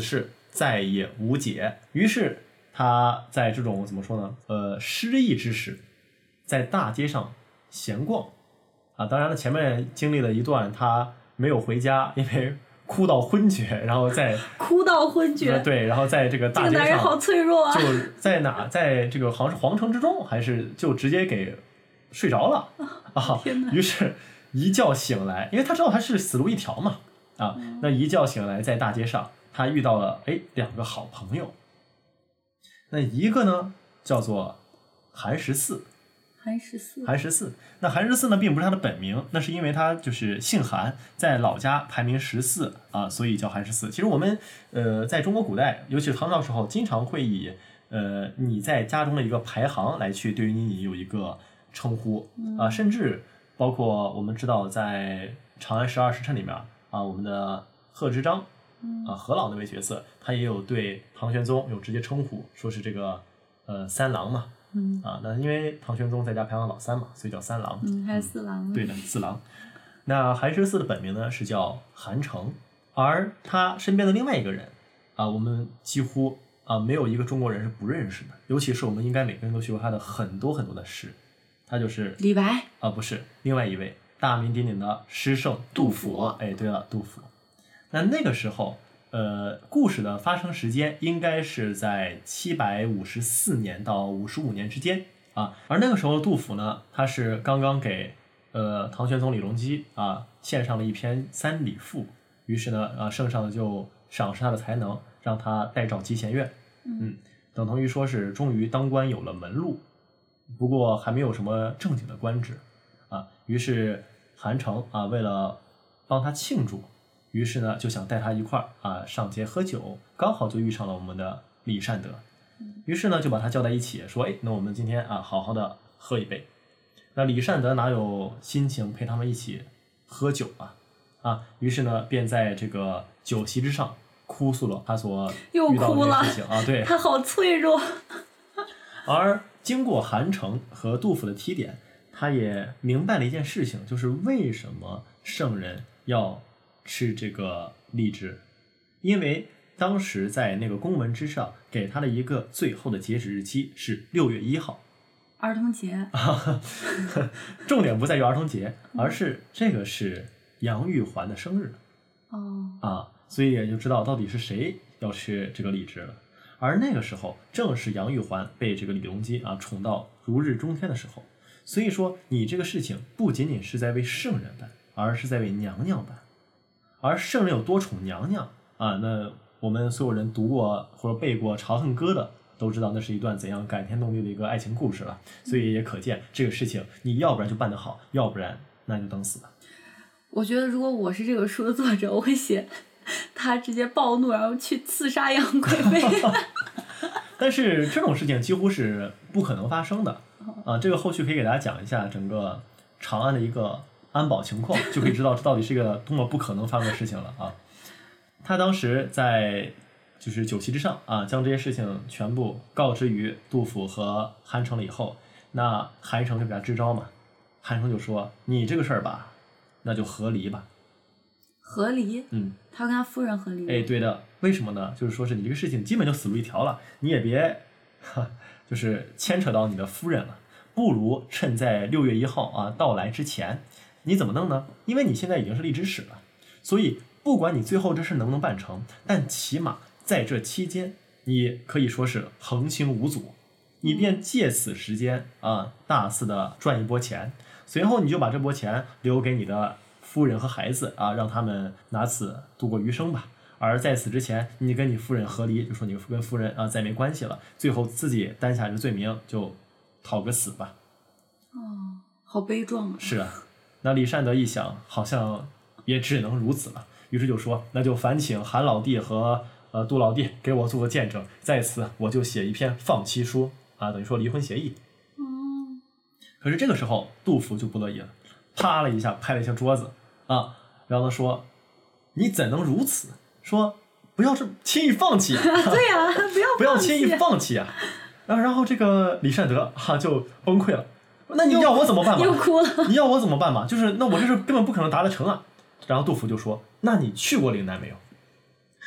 再也无解。于是他在这种怎么说呢？呃，失意之时，在大街上闲逛啊。当然了，前面经历了一段他没有回家，因为哭到昏厥，然后在哭到昏厥， 对，然后在这个大街上， 这个男人好脆弱啊！ 就在哪，在这个好像是皇城之中，还是就直接给睡着了啊。于是，一觉醒来，因为他知道他是死路一条嘛啊，嗯、那一觉醒来，在大街上，他遇到了哎两个好朋友。那一个呢叫做韩十四。 韩十四， 韩十四，那韩十四呢，并不是他的本名，那是因为他就是姓韩，在老家排名十四啊，所以叫韩十四。其实我们呃，在中国古代，尤其是唐朝时候，经常会以呃你在家中的一个排行来去对于你有一个称呼啊，甚至包括我们知道在《长安十二时辰》里面啊，我们的贺知章啊，何老那位角色，他也有对唐玄宗有直接称呼，说是这个呃三郎嘛。 嗯啊，那因为唐玄宗在家排行老三嘛，所以叫三郎。 嗯，还是四郎、 嗯。对的，四郎。那韩十四的本名呢是叫韩成，而他身边的另外一个人啊，我们几乎啊没有一个中国人是不认识的，尤其是我们应该每个人都学过他的很多很多的诗，他就是李白啊，不是，另外一位大名鼎鼎的诗圣杜甫。哎，对了，杜甫。那那个时候。呃，故事的发生时间应该是在七百五十四年到五十五年之间啊。而那个时候，杜甫呢，他是刚刚给呃唐玄宗李隆基啊献上了一篇三礼赋，于是呢，啊圣上就赏识他的才能，让他代召集贤院，嗯，等同于说是终于当官有了门路，不过还没有什么正经的官职啊。于是韩成啊，为了帮他庆祝。于是呢，就想带他一块儿啊上街喝酒，刚好就遇上了我们的李善德，于是呢就把他叫在一起，说：“哎，那我们今天啊好好的喝一杯。”那李善德哪有心情陪他们一起喝酒啊？啊，于是呢便在这个酒席之上哭诉了他所遇到的事情啊，对， 他好脆弱。 而经过韩成和杜甫的提点，他也明白了一件事情，就是为什么圣人要吃这个荔枝，因为当时在那个公文之上给他的一个最后的截止日期是六月一号， 儿童节。 重点不在于儿童节，而是这个是杨玉环的生日。 哦啊，所以也就知道到底是谁要吃这个荔枝了。而那个时候正是杨玉环被这个李隆基啊宠到如日中天的时候，所以说你这个事情不仅仅是在为圣人办，而是在为娘娘办。而圣人有多宠娘娘啊？那我们所有人读过或者背过《朝恨歌》的都知道，那是一段怎样感天动地的一个爱情故事了。所以也可见这个事情，你要不然就办得好，要不然那就等死吧。 我觉得如果我是这个书的作者，我会写他直接暴怒，然后去刺杀杨贵妃。 但是这种事情几乎是不可能发生的啊！这个后续可以给大家讲一下整个长安的一个安保情况，就可以知道这到底是一个多么不可能发生的事情了啊！他当时在就是酒席之上啊，将这些事情全部告知于杜甫和韩成了以后，那韩成就给他支招嘛，韩成就说：“你这个事儿吧，那就和离吧。” 和离？ 嗯， 他跟他夫人和离？ 哎，对的，为什么呢？就是说是你这个事情基本就死路一条了，你也别，哈，就是牵扯到你的夫人了，不如趁在六月一号啊到来之前。你怎么弄呢？因为你现在已经是荔枝使了，所以不管你最后这事能不能办成，但起码在这期间，你可以说是横行无阻，你便借此时间啊，大肆的赚一波钱，随后你就把这波钱留给你的夫人和孩子啊，让他们拿此度过余生吧。而在此之前，你跟你夫人和离，就说你跟夫人啊再没关系了，最后自己担下这罪名，就讨个死吧。 哦，好悲壮啊！ 是啊。那李善德一想，好像也只能如此了，于是就说：“那就烦请韩老弟和呃杜老弟给我做个见证，在此我就写一篇放妻书啊，等于说离婚协议。” 嗯。 可是这个时候，杜甫就不乐意了，啪了一下拍了一下桌子啊，然后他说：“你怎能如此？说不要这轻易放弃啊！ 对呀、啊，不要不要轻易放弃啊！”然后，然后这个李善德哈、啊、就崩溃了。那你要我怎么办嘛？ 又哭了。 你要我怎么办嘛？就是那我这是根本不可能达得成啊。然后杜甫就说：“那你去过岭南没有？”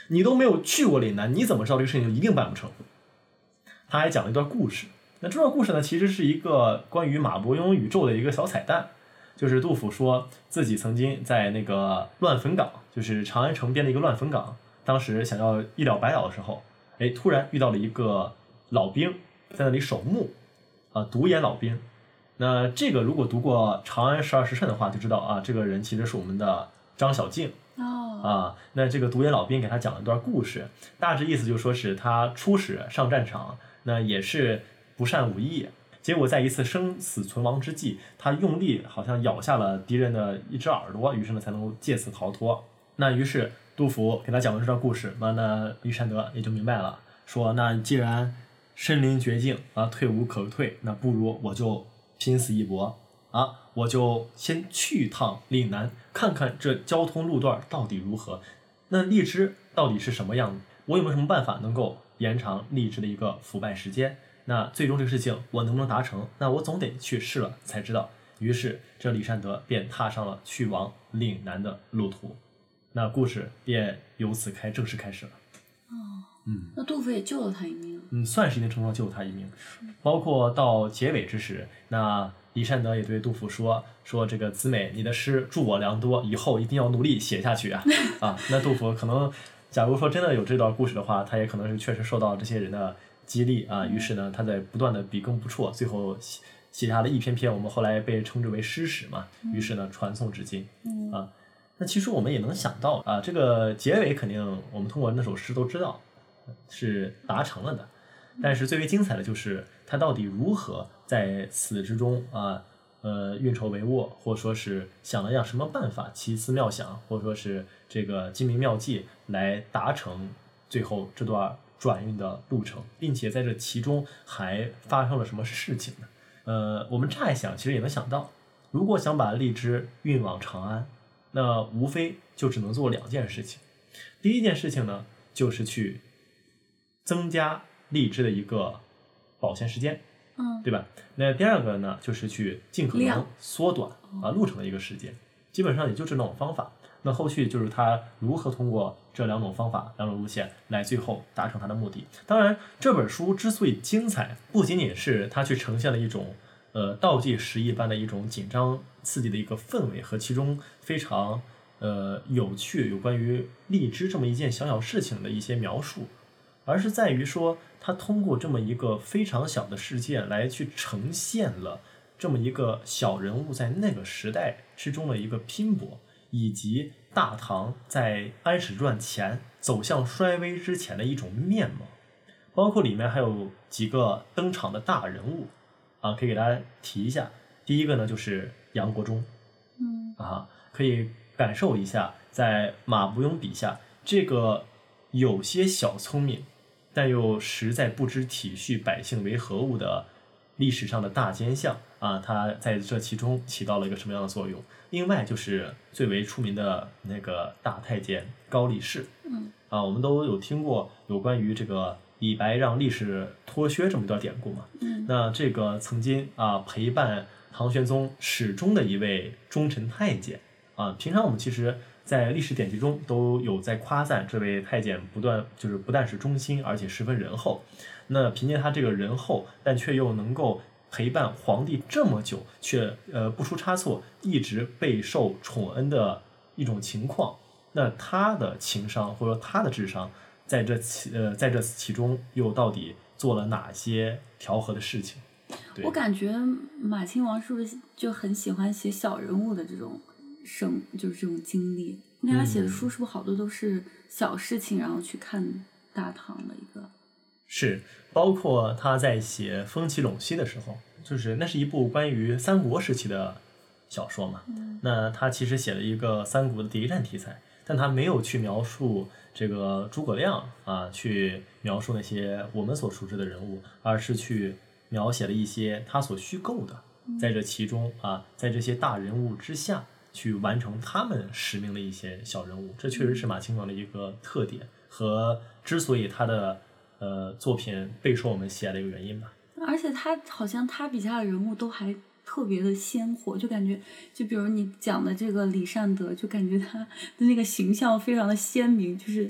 你都没有去过岭南，你怎么知道这个事情就一定办不成？他还讲了一段故事。那这段故事呢，其实是一个关于马伯庸宇宙的一个小彩蛋。就是杜甫说自己曾经在那个乱坟岗，就是长安城边的一个乱坟岗，当时想要一了百了的时候，哎，突然遇到了一个老兵在那里守墓啊，独眼老兵。那这个如果读过《长安十二时辰》的话，就知道啊，这个人其实是我们的张小敬。 哦， 啊，那这个独眼老兵给他讲了一段故事，大致意思就说是他初始上战场，那也是不善武艺，结果在一次生死存亡之际，他用力好像咬下了敌人的一只耳朵，于是呢才能够借此逃脱。那于是杜甫给他讲了这段故事，那那李善德也就明白了，说那既然身临绝境啊，退无可退，那不如我就拼死一搏啊，我就先去趟岭南，看看这交通路段到底如何，那荔枝到底是什么样子，我有没有什么办法能够延长荔枝的一个腐败时间，那最终这个事情我能不能达成，那我总得去试了才知道。于是这李善德便踏上了去往岭南的路途，那故事便由此开正式开始了。 哦， 嗯， 那杜甫也救了他一命。 嗯，算是一定程度上救了他一命。包括到结尾之时，那李善德也对杜甫说：“说这个子美，你的诗助我良多，以后一定要努力写下去啊！”啊，那杜甫可能，假如说真的有这段故事的话，他也可能是确实受到这些人的激励啊，于是呢，他在不断的笔耕不辍，最后写写下了一篇篇我们后来被称之为诗史嘛，于是呢，传颂至今啊。那其实我们也能想到啊，这个结尾肯定我们通过那首诗都知道是达成了的。但是最为精彩的就是他到底如何在此之中啊，呃，运筹帷幄，或者说是想了样什么办法，奇思妙想，或者说是这个精明妙计来达成最后这段转运的路程，并且在这其中还发生了什么事情呢？呃，我们乍一想，其实也能想到，如果想把荔枝运往长安，那无非就只能做两件事情。第一件事情呢，就是去增加荔枝的一个保鲜时间， 嗯， 对吧？那第二个呢，就是去尽可能缩短啊路程的一个时间，基本上也就这两种方法。那后续就是他如何通过这两种方法、两种路线来最后达成他的目的。当然，这本书之所以精彩，不仅仅是它去呈现了一种呃倒计时一般的一种紧张刺激的一个氛围和其中非常呃有趣有关于荔枝这么一件小小事情的一些描述。而是在于说，他通过这么一个非常小的事件来去呈现了这么一个小人物在那个时代之中的一个拼搏，以及大唐在安史之乱前走向衰微之前的一种面貌。包括里面还有几个登场的大人物啊，可以给大家提一下。第一个呢，就是杨国忠， 嗯啊，可以感受一下在马伯庸笔下这个有些小聪明但又实在不知体恤百姓为何物的历史上的大奸相啊，他在这其中起到了一个什么样的作用？另外就是最为出名的那个大太监高力士， 嗯啊，我们都有听过有关于这个李白让力士脱靴这么一段典故嘛。 嗯， 那这个曾经啊陪伴唐玄宗始终的一位忠臣太监啊，平常我们其实在历史典籍中都有在夸赞这位太监不断就是不但是忠心，而且十分仁厚。那凭借他这个仁厚，但却又能够陪伴皇帝这么久，却呃不出差错，一直备受宠恩的一种情况，那他的情商或者说他的智商，在这其呃在这其中又到底做了哪些调和的事情？ 我感觉马亲王是不是就很喜欢写小人物的这种生，就是这种经历？你看他写的书是不是好多都是小事情，然后去看大唐的一个？ 是，包括他在写《风起陇西》的时候，就是那是一部关于三国时期的小说嘛。 嗯、 那他其实写了一个三国的谍战题材，但他没有去描述这个诸葛亮啊，去描述那些我们所熟知的人物，而是去描写了一些他所虚构的，在这其中啊，在这些大人物之下去完成他们使命的一些小人物，这确实是马亲王的一个特点和之所以他的呃作品备受我们喜爱的一个原因吧。 而且他好像他笔下的人物都还特别的鲜活，就感觉就比如你讲的这个李善德，就感觉他的那个形象非常的鲜明，就是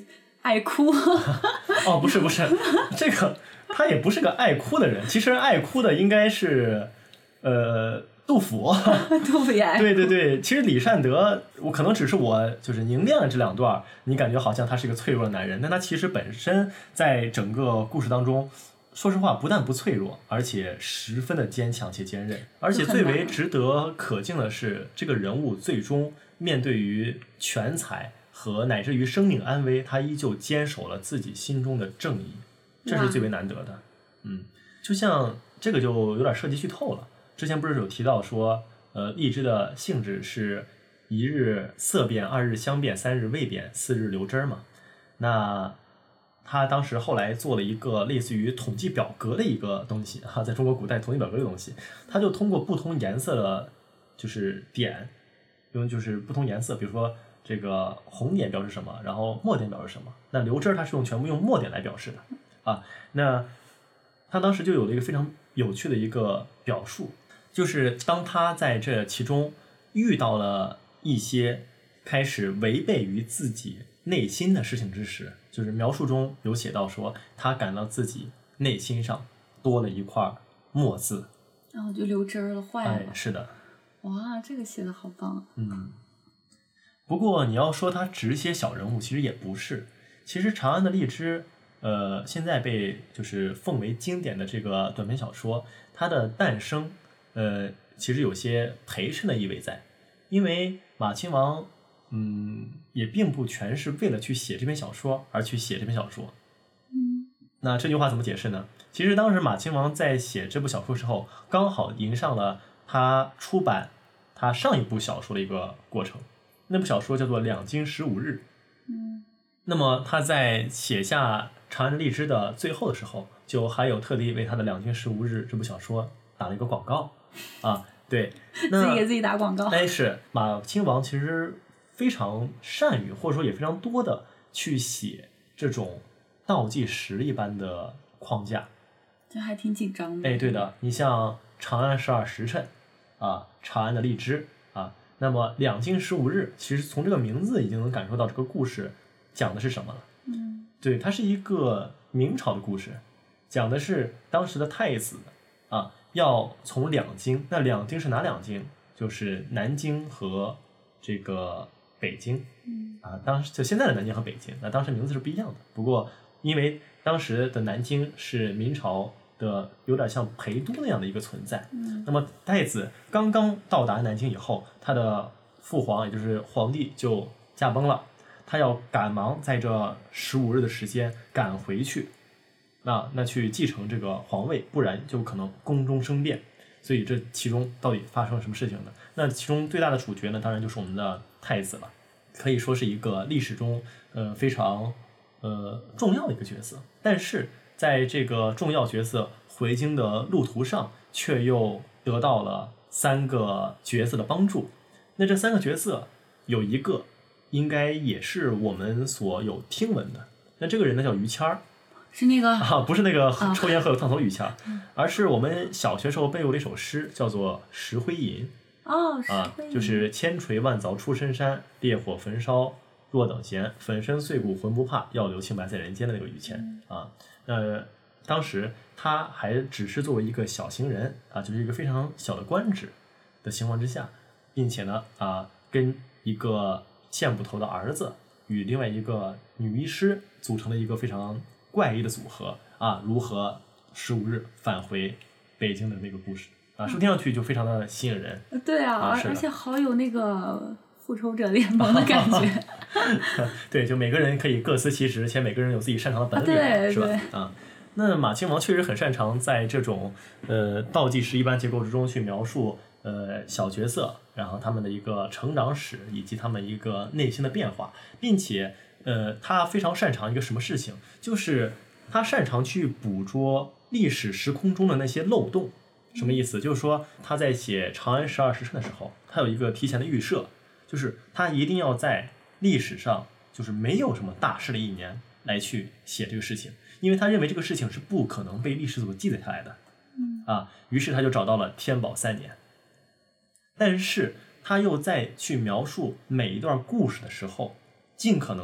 爱哭。 哦，不是不是，这个他也不是个爱哭的人，其实爱哭的应该是呃杜甫。 杜甫也爱哭。 对对对，其实李善德，我可能只是我就是凝练了这两段，你感觉好像他是一个脆弱的男人，但他其实本身在整个故事当中，说实话不但不脆弱，而且十分的坚强且坚韧。而且最为值得可敬的是，这个人物最终面对于权财和乃至于生命安危，他依旧坚守了自己心中的正义，这是最为难得的。嗯，就像这个就有点涉及剧透了。之前不是有提到说，呃，荔枝的性质是一日色变，二日香变，三日味变，四日流汁嘛。那他当时后来做了一个类似于统计表格的一个东西哈，在中国古代统计表格的东西，他就通过不同颜色的，就是点，因为就是不同颜色，比如说这个红点表示什么，然后墨点表示什么。那流汁它是用全部用墨点来表示的啊。那他当时就有了一个非常有趣的一个表述，就是当他在这其中遇到了一些开始违背于自己内心的事情之时，就是描述中有写到说，他感到自己内心上多了一块墨字， 然后就流汁儿了，坏了。 哎，是的。 哇，这个写的好棒。 嗯。不过你要说他只写小人物，其实也不是。其实《长安的荔枝》呃，现在被就是奉为经典的这个短篇小说，它的诞生，呃，其实有些陪衬的意味在，因为马亲王。嗯，也并不全是为了去写这篇小说而去写这篇小说。 嗯， 那这句话怎么解释呢？其实当时马亲王在写这部小说时候，刚好迎上了他出版他上一部小说的一个过程。那部小说叫做《两京十五日》。 嗯， 那么他在写下《长安的荔枝》的最后的时候，就还有特地为他的《两京十五日》这部小说打了一个广告啊。对，那自己给自己打广告。 哎，是马亲王其实非常善于，或者说也非常多的去写这种倒计时一般的框架， 这还挺紧张的。 哎，对的，你像《长安十二时辰》啊，《长安的荔枝》啊，那么《两京十五日》，其实从这个名字已经能感受到这个故事讲的是什么了。 嗯， 对，它是一个明朝的故事，讲的是当时的太子啊，要从两京，那两京是哪两京？就是南京和这个北京。 嗯啊，当时就现在的南京和北京，那当时名字是不一样的。不过因为当时的南京是明朝的有点像陪都那样的一个存在， 嗯， 那么太子刚刚到达南京以后，他的父皇也就是皇帝就驾崩了，他要赶忙在这十五日的时间赶回去，那那去继承这个皇位，不然就可能宫中生变。所以这其中到底发生了什么事情呢？那其中最大的主角呢，当然就是我们的太子了，可以说是一个历史中呃非常呃重要的一个角色。但是在这个重要角色回京的路途上，却又得到了三个角色的帮助。那这三个角色有一个应该也是我们所有听闻的，那这个人呢叫于谦儿。 是那个啊，不是那个抽烟喝有烫头于谦儿，而是我们小学时候背过的一首诗，叫做《石灰吟》。 哦， 啊，就是千锤万凿出深山，烈火焚烧若等闲，粉身碎骨浑不怕，要留清白在人间的那个于谦啊。呃，当时他还只是作为一个小行人啊，就是一个非常小的官职的情况之下，并且呢啊，跟一个线捕头的儿子与另外一个女医师组成了一个非常怪异的组合啊，如何十五日返回北京的那个故事啊，是不是听上去就非常的吸引人？ 对啊， 啊而且好有那个复仇者联盟的感觉。 对，就每个人可以各司其职，且每个人有自己擅长的本领， 啊、 是吧？ 对啊，那马亲王确实很擅长在这种呃倒计时一般结构之中去描述呃小角色，然后他们的一个成长史以及他们一个内心的变化，并且呃他非常擅长一个什么事情，就是他擅长去捕捉历史时空中的那些漏洞。什么意思？就是说他在写《长安十二时辰》的时候，他有一个提前的预设，就是他一定要在历史上就是没有什么大事的一年来去写这个事情，因为他认为这个事情是不可能被历史所记载下来的。 嗯啊，于是他就找到了天宝三年，但是他又在去描述每一段故事的时候，尽可能的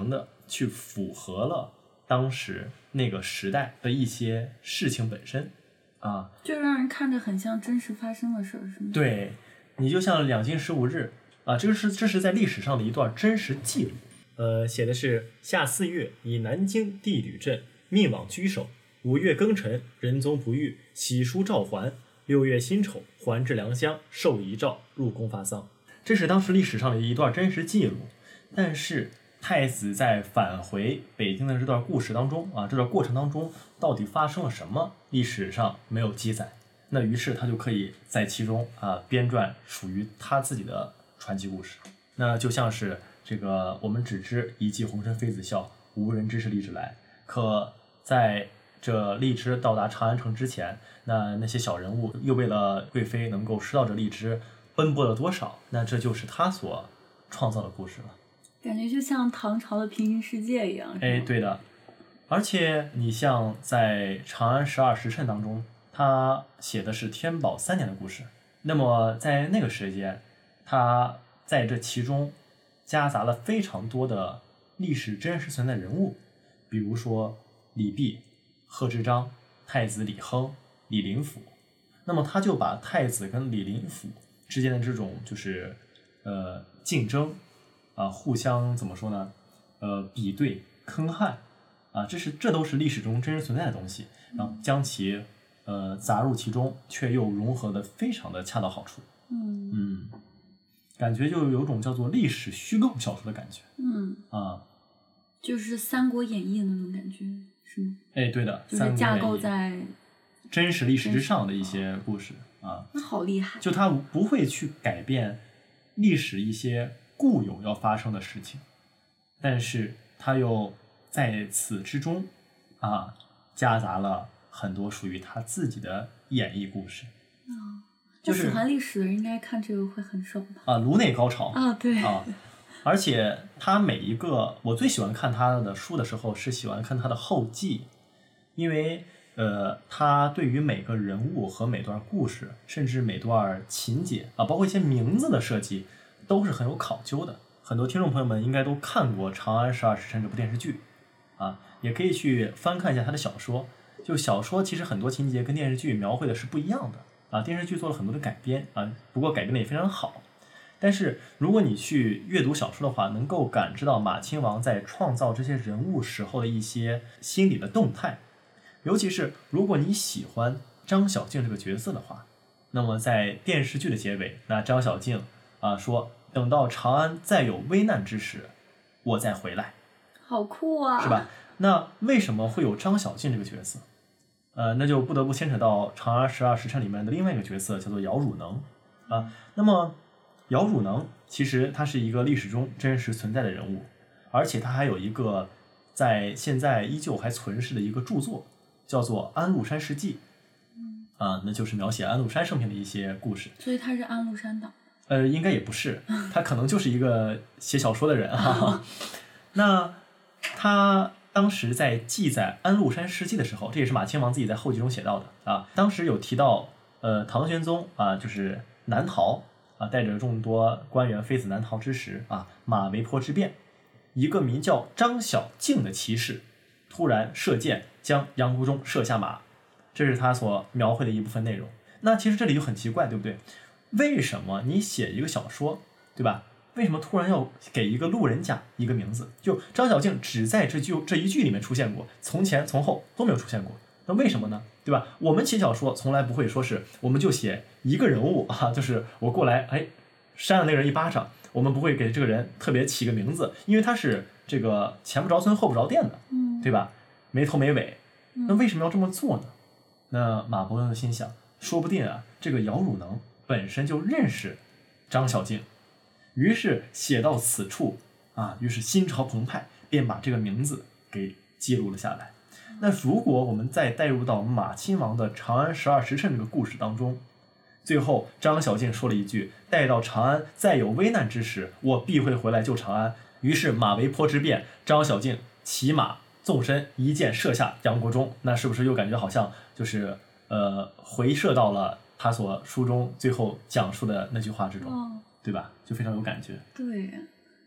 去符合了当时那个时代的一些事情本身啊， 就让人看着很像真实发生的事儿，是吗？ 对，你就像两晋十五日啊，这个是这是在历史上的一段真实记录。呃，写的是夏四月，以南京地吕镇命往居守。五月庚辰，仁宗不遇，喜书诏还。六月辛丑，还至良乡，受遗诏，入宫发丧。这是当时历史上的一段真实记录。但是太子在返回北京的这段故事当中啊，这段过程当中到底发生了什么，历史上没有记载。那于是他就可以在其中啊编撰属于他自己的传奇故事。那就像是这个我们只知一骑红尘妃子笑，无人知是荔枝来。可在这荔枝到达长安城之前，那那些小人物又为了贵妃能够吃到这荔枝奔波了多少，那这就是他所创造的故事了。 感觉就像唐朝的平行世界一样。 哎，对的。而且你像在《长安十二时辰》当中，他写的是天宝三年的故事。那么在那个时间，他在这其中夹杂了非常多的历史真实存在人物，比如说李泌、贺知章、太子李亨、李林甫。那么他就把太子跟李林甫之间的这种就是呃竞争啊、呃，互相怎么说呢？呃，比对、坑害啊，这是这都是历史中真实存在的东西，然后将其呃杂入其中，却又融合的非常的恰到好处。 嗯嗯，感觉就有种叫做历史虚构小说的感觉。 嗯啊， 就是《三国演义》那种感觉，是吗？ 哎，对的， 就是架构在真实历史之上的一些故事啊。 那好厉害！ 就它不会去改变历史一些固有要发生的事情，但是它又在此之中啊夹杂了很多属于他自己的演绎故事。 啊、哦， 就是喜欢历史的人应该看这个会很爽吧？ 啊，颅内高潮啊，对啊。而且他每一个，我最喜欢看他的书的时候是喜欢看他的后记，因为呃，他对于每个人物和每段故事，甚至每段情节啊，包括一些名字的设计，都是很有考究的。很多听众朋友们应该都看过《长安十二时辰》这部电视剧啊，也可以去翻看一下他的小说。就小说其实很多情节跟电视剧描绘的是不一样的啊，电视剧做了很多的改编啊，不过改编的也非常好。但是如果你去阅读小说的话，能够感知到马亲王在创造这些人物时候的一些心理的动态。尤其是如果你喜欢张小敬这个角色的话，那么在电视剧的结尾，那张小敬啊说，等到长安再有危难之时，我再回来。 好酷啊， 是吧？那为什么会有张小敬这个角色？呃，那就不得不牵扯到《长安十二时辰》里面的另外一个角色，叫做姚汝能啊。那么姚汝能其实他是一个历史中真实存在的人物，而且他还有一个在现在依旧还存世的一个著作，叫做《安禄山事迹》啊，那就是描写安禄山生平的一些故事。 所以他是安禄山党？ 呃，应该也不是，他可能就是一个写小说的人啊。那他当时在记载安禄山事迹的时候，这也是马亲王自己在后记中写到的啊。当时有提到，呃，唐玄宗啊，就是南逃啊，带着众多官员妃子南逃之时啊，马嵬坡之变，一个名叫张小敬的骑士突然射箭将杨国忠射下马，这是他所描绘的一部分内容。那其实这里就很奇怪，对不对？为什么你写一个小说，对吧？为什么突然要给一个路人甲一个名字？就张小敬只在这句这一句里面出现过，从前从后都没有出现过。那为什么呢？对吧？我们写小说从来不会说是我们就写一个人物啊，就是我过来哎扇了那个人一巴掌，我们不会给这个人特别起个名字，因为他是这个前不着村后不着店的， 嗯， 对吧？没头没尾。那为什么要这么做呢？那马伯庸心想，说不定啊，这个姚汝能本身就认识张小敬。于是写到此处啊，于是心潮澎湃，便把这个名字给记录了下来。那如果我们再带入到马亲王的《长安十二时辰》这个故事当中，最后张小敬说了一句，待到长安再有危难之时，我必会回来救长安。于是马嵬坡之变，张小敬骑马纵身一箭射下杨国忠，那是不是又感觉好像就是呃回射到了他所书中最后讲述的那句话之中， 哦， 对吧？就非常有感觉。 对，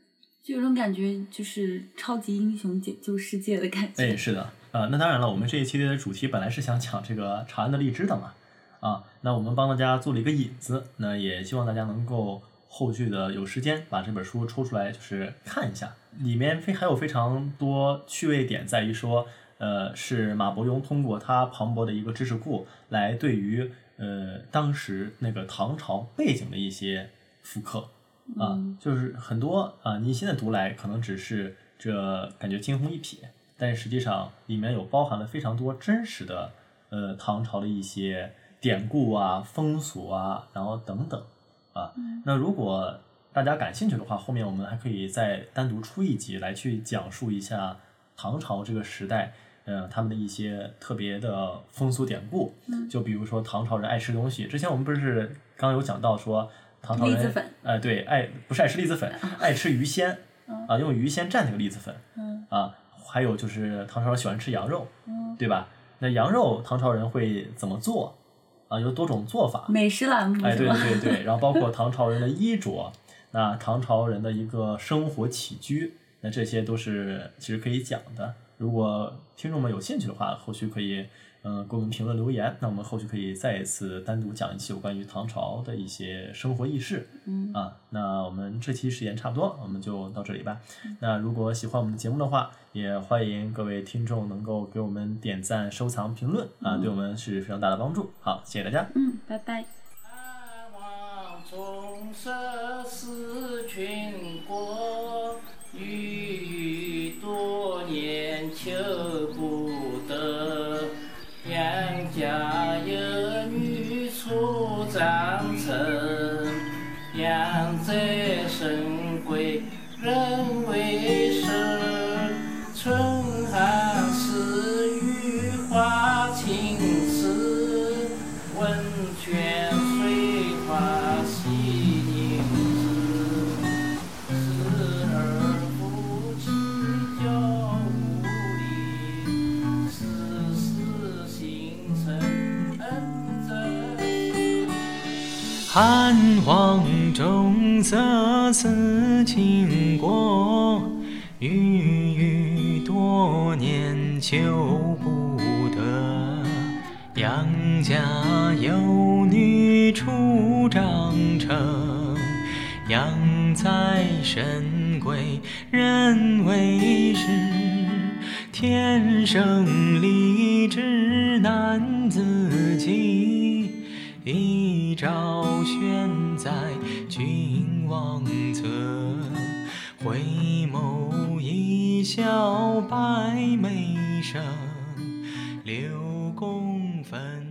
就有种感觉，就是超级英雄解救世界的感觉。 哎，是的，啊、呃，那当然了，我们这一期的主题本来是想讲这个长安的荔枝的嘛，啊，那我们帮大家做了一个引子，那也希望大家能够后续的有时间把这本书抽出来，就是看一下，里面非还有非常多趣味点，在于说，呃，是马伯庸通过他磅礴的一个知识库来对于呃当时那个唐朝背景的一些复刻。啊，就是很多啊，你现在读来可能只是这感觉惊鸿一瞥，但实际上里面有包含了非常多真实的呃唐朝的一些典故啊、风俗啊，然后等等啊。那如果大家感兴趣的话，后面我们还可以再单独出一集来去讲述一下唐朝这个时代，呃，他们的一些特别的风俗典故。就比如说唐朝人爱吃东西，之前我们不是刚有讲到说。唐朝人， 栗子粉， 呃，对，爱不是爱吃栗子粉，爱吃鱼鲜，啊，用鱼鲜蘸那个栗子粉，啊，还有就是唐朝人喜欢吃羊肉，对吧？那羊肉唐朝人会怎么做？啊，有多种做法。 美食栏目， 哎，对对对对，然后包括唐朝人的衣着，那唐朝人的一个生活起居，那这些都是其实可以讲的。如果听众们有兴趣的话，后续可以。嗯，给我们评论留言，那我们后续可以再一次单独讲一期有关于唐朝的一些生活轶事。 嗯啊，那我们这期时间差不多，我们就到这里吧。那如果喜欢我们的节目的话，也欢迎各位听众能够给我们点赞、收藏、评论啊，对我们是非常大的帮助。好，谢谢大家。 嗯，拜拜。 重色思群国，郁郁多年求不得。杨家有女出长城，杨在深闺人未识。春寒时雨花青丝，温泉水花洗凝脂。时而夫妻交无理，时时形成恩泽。 汉皇重色思倾国，郁郁多年求不得。杨家有女出长城，杨在深闺人未识。天生丽质难自弃，一朝悬在君王侧。回眸一笑百媚生，六宫纷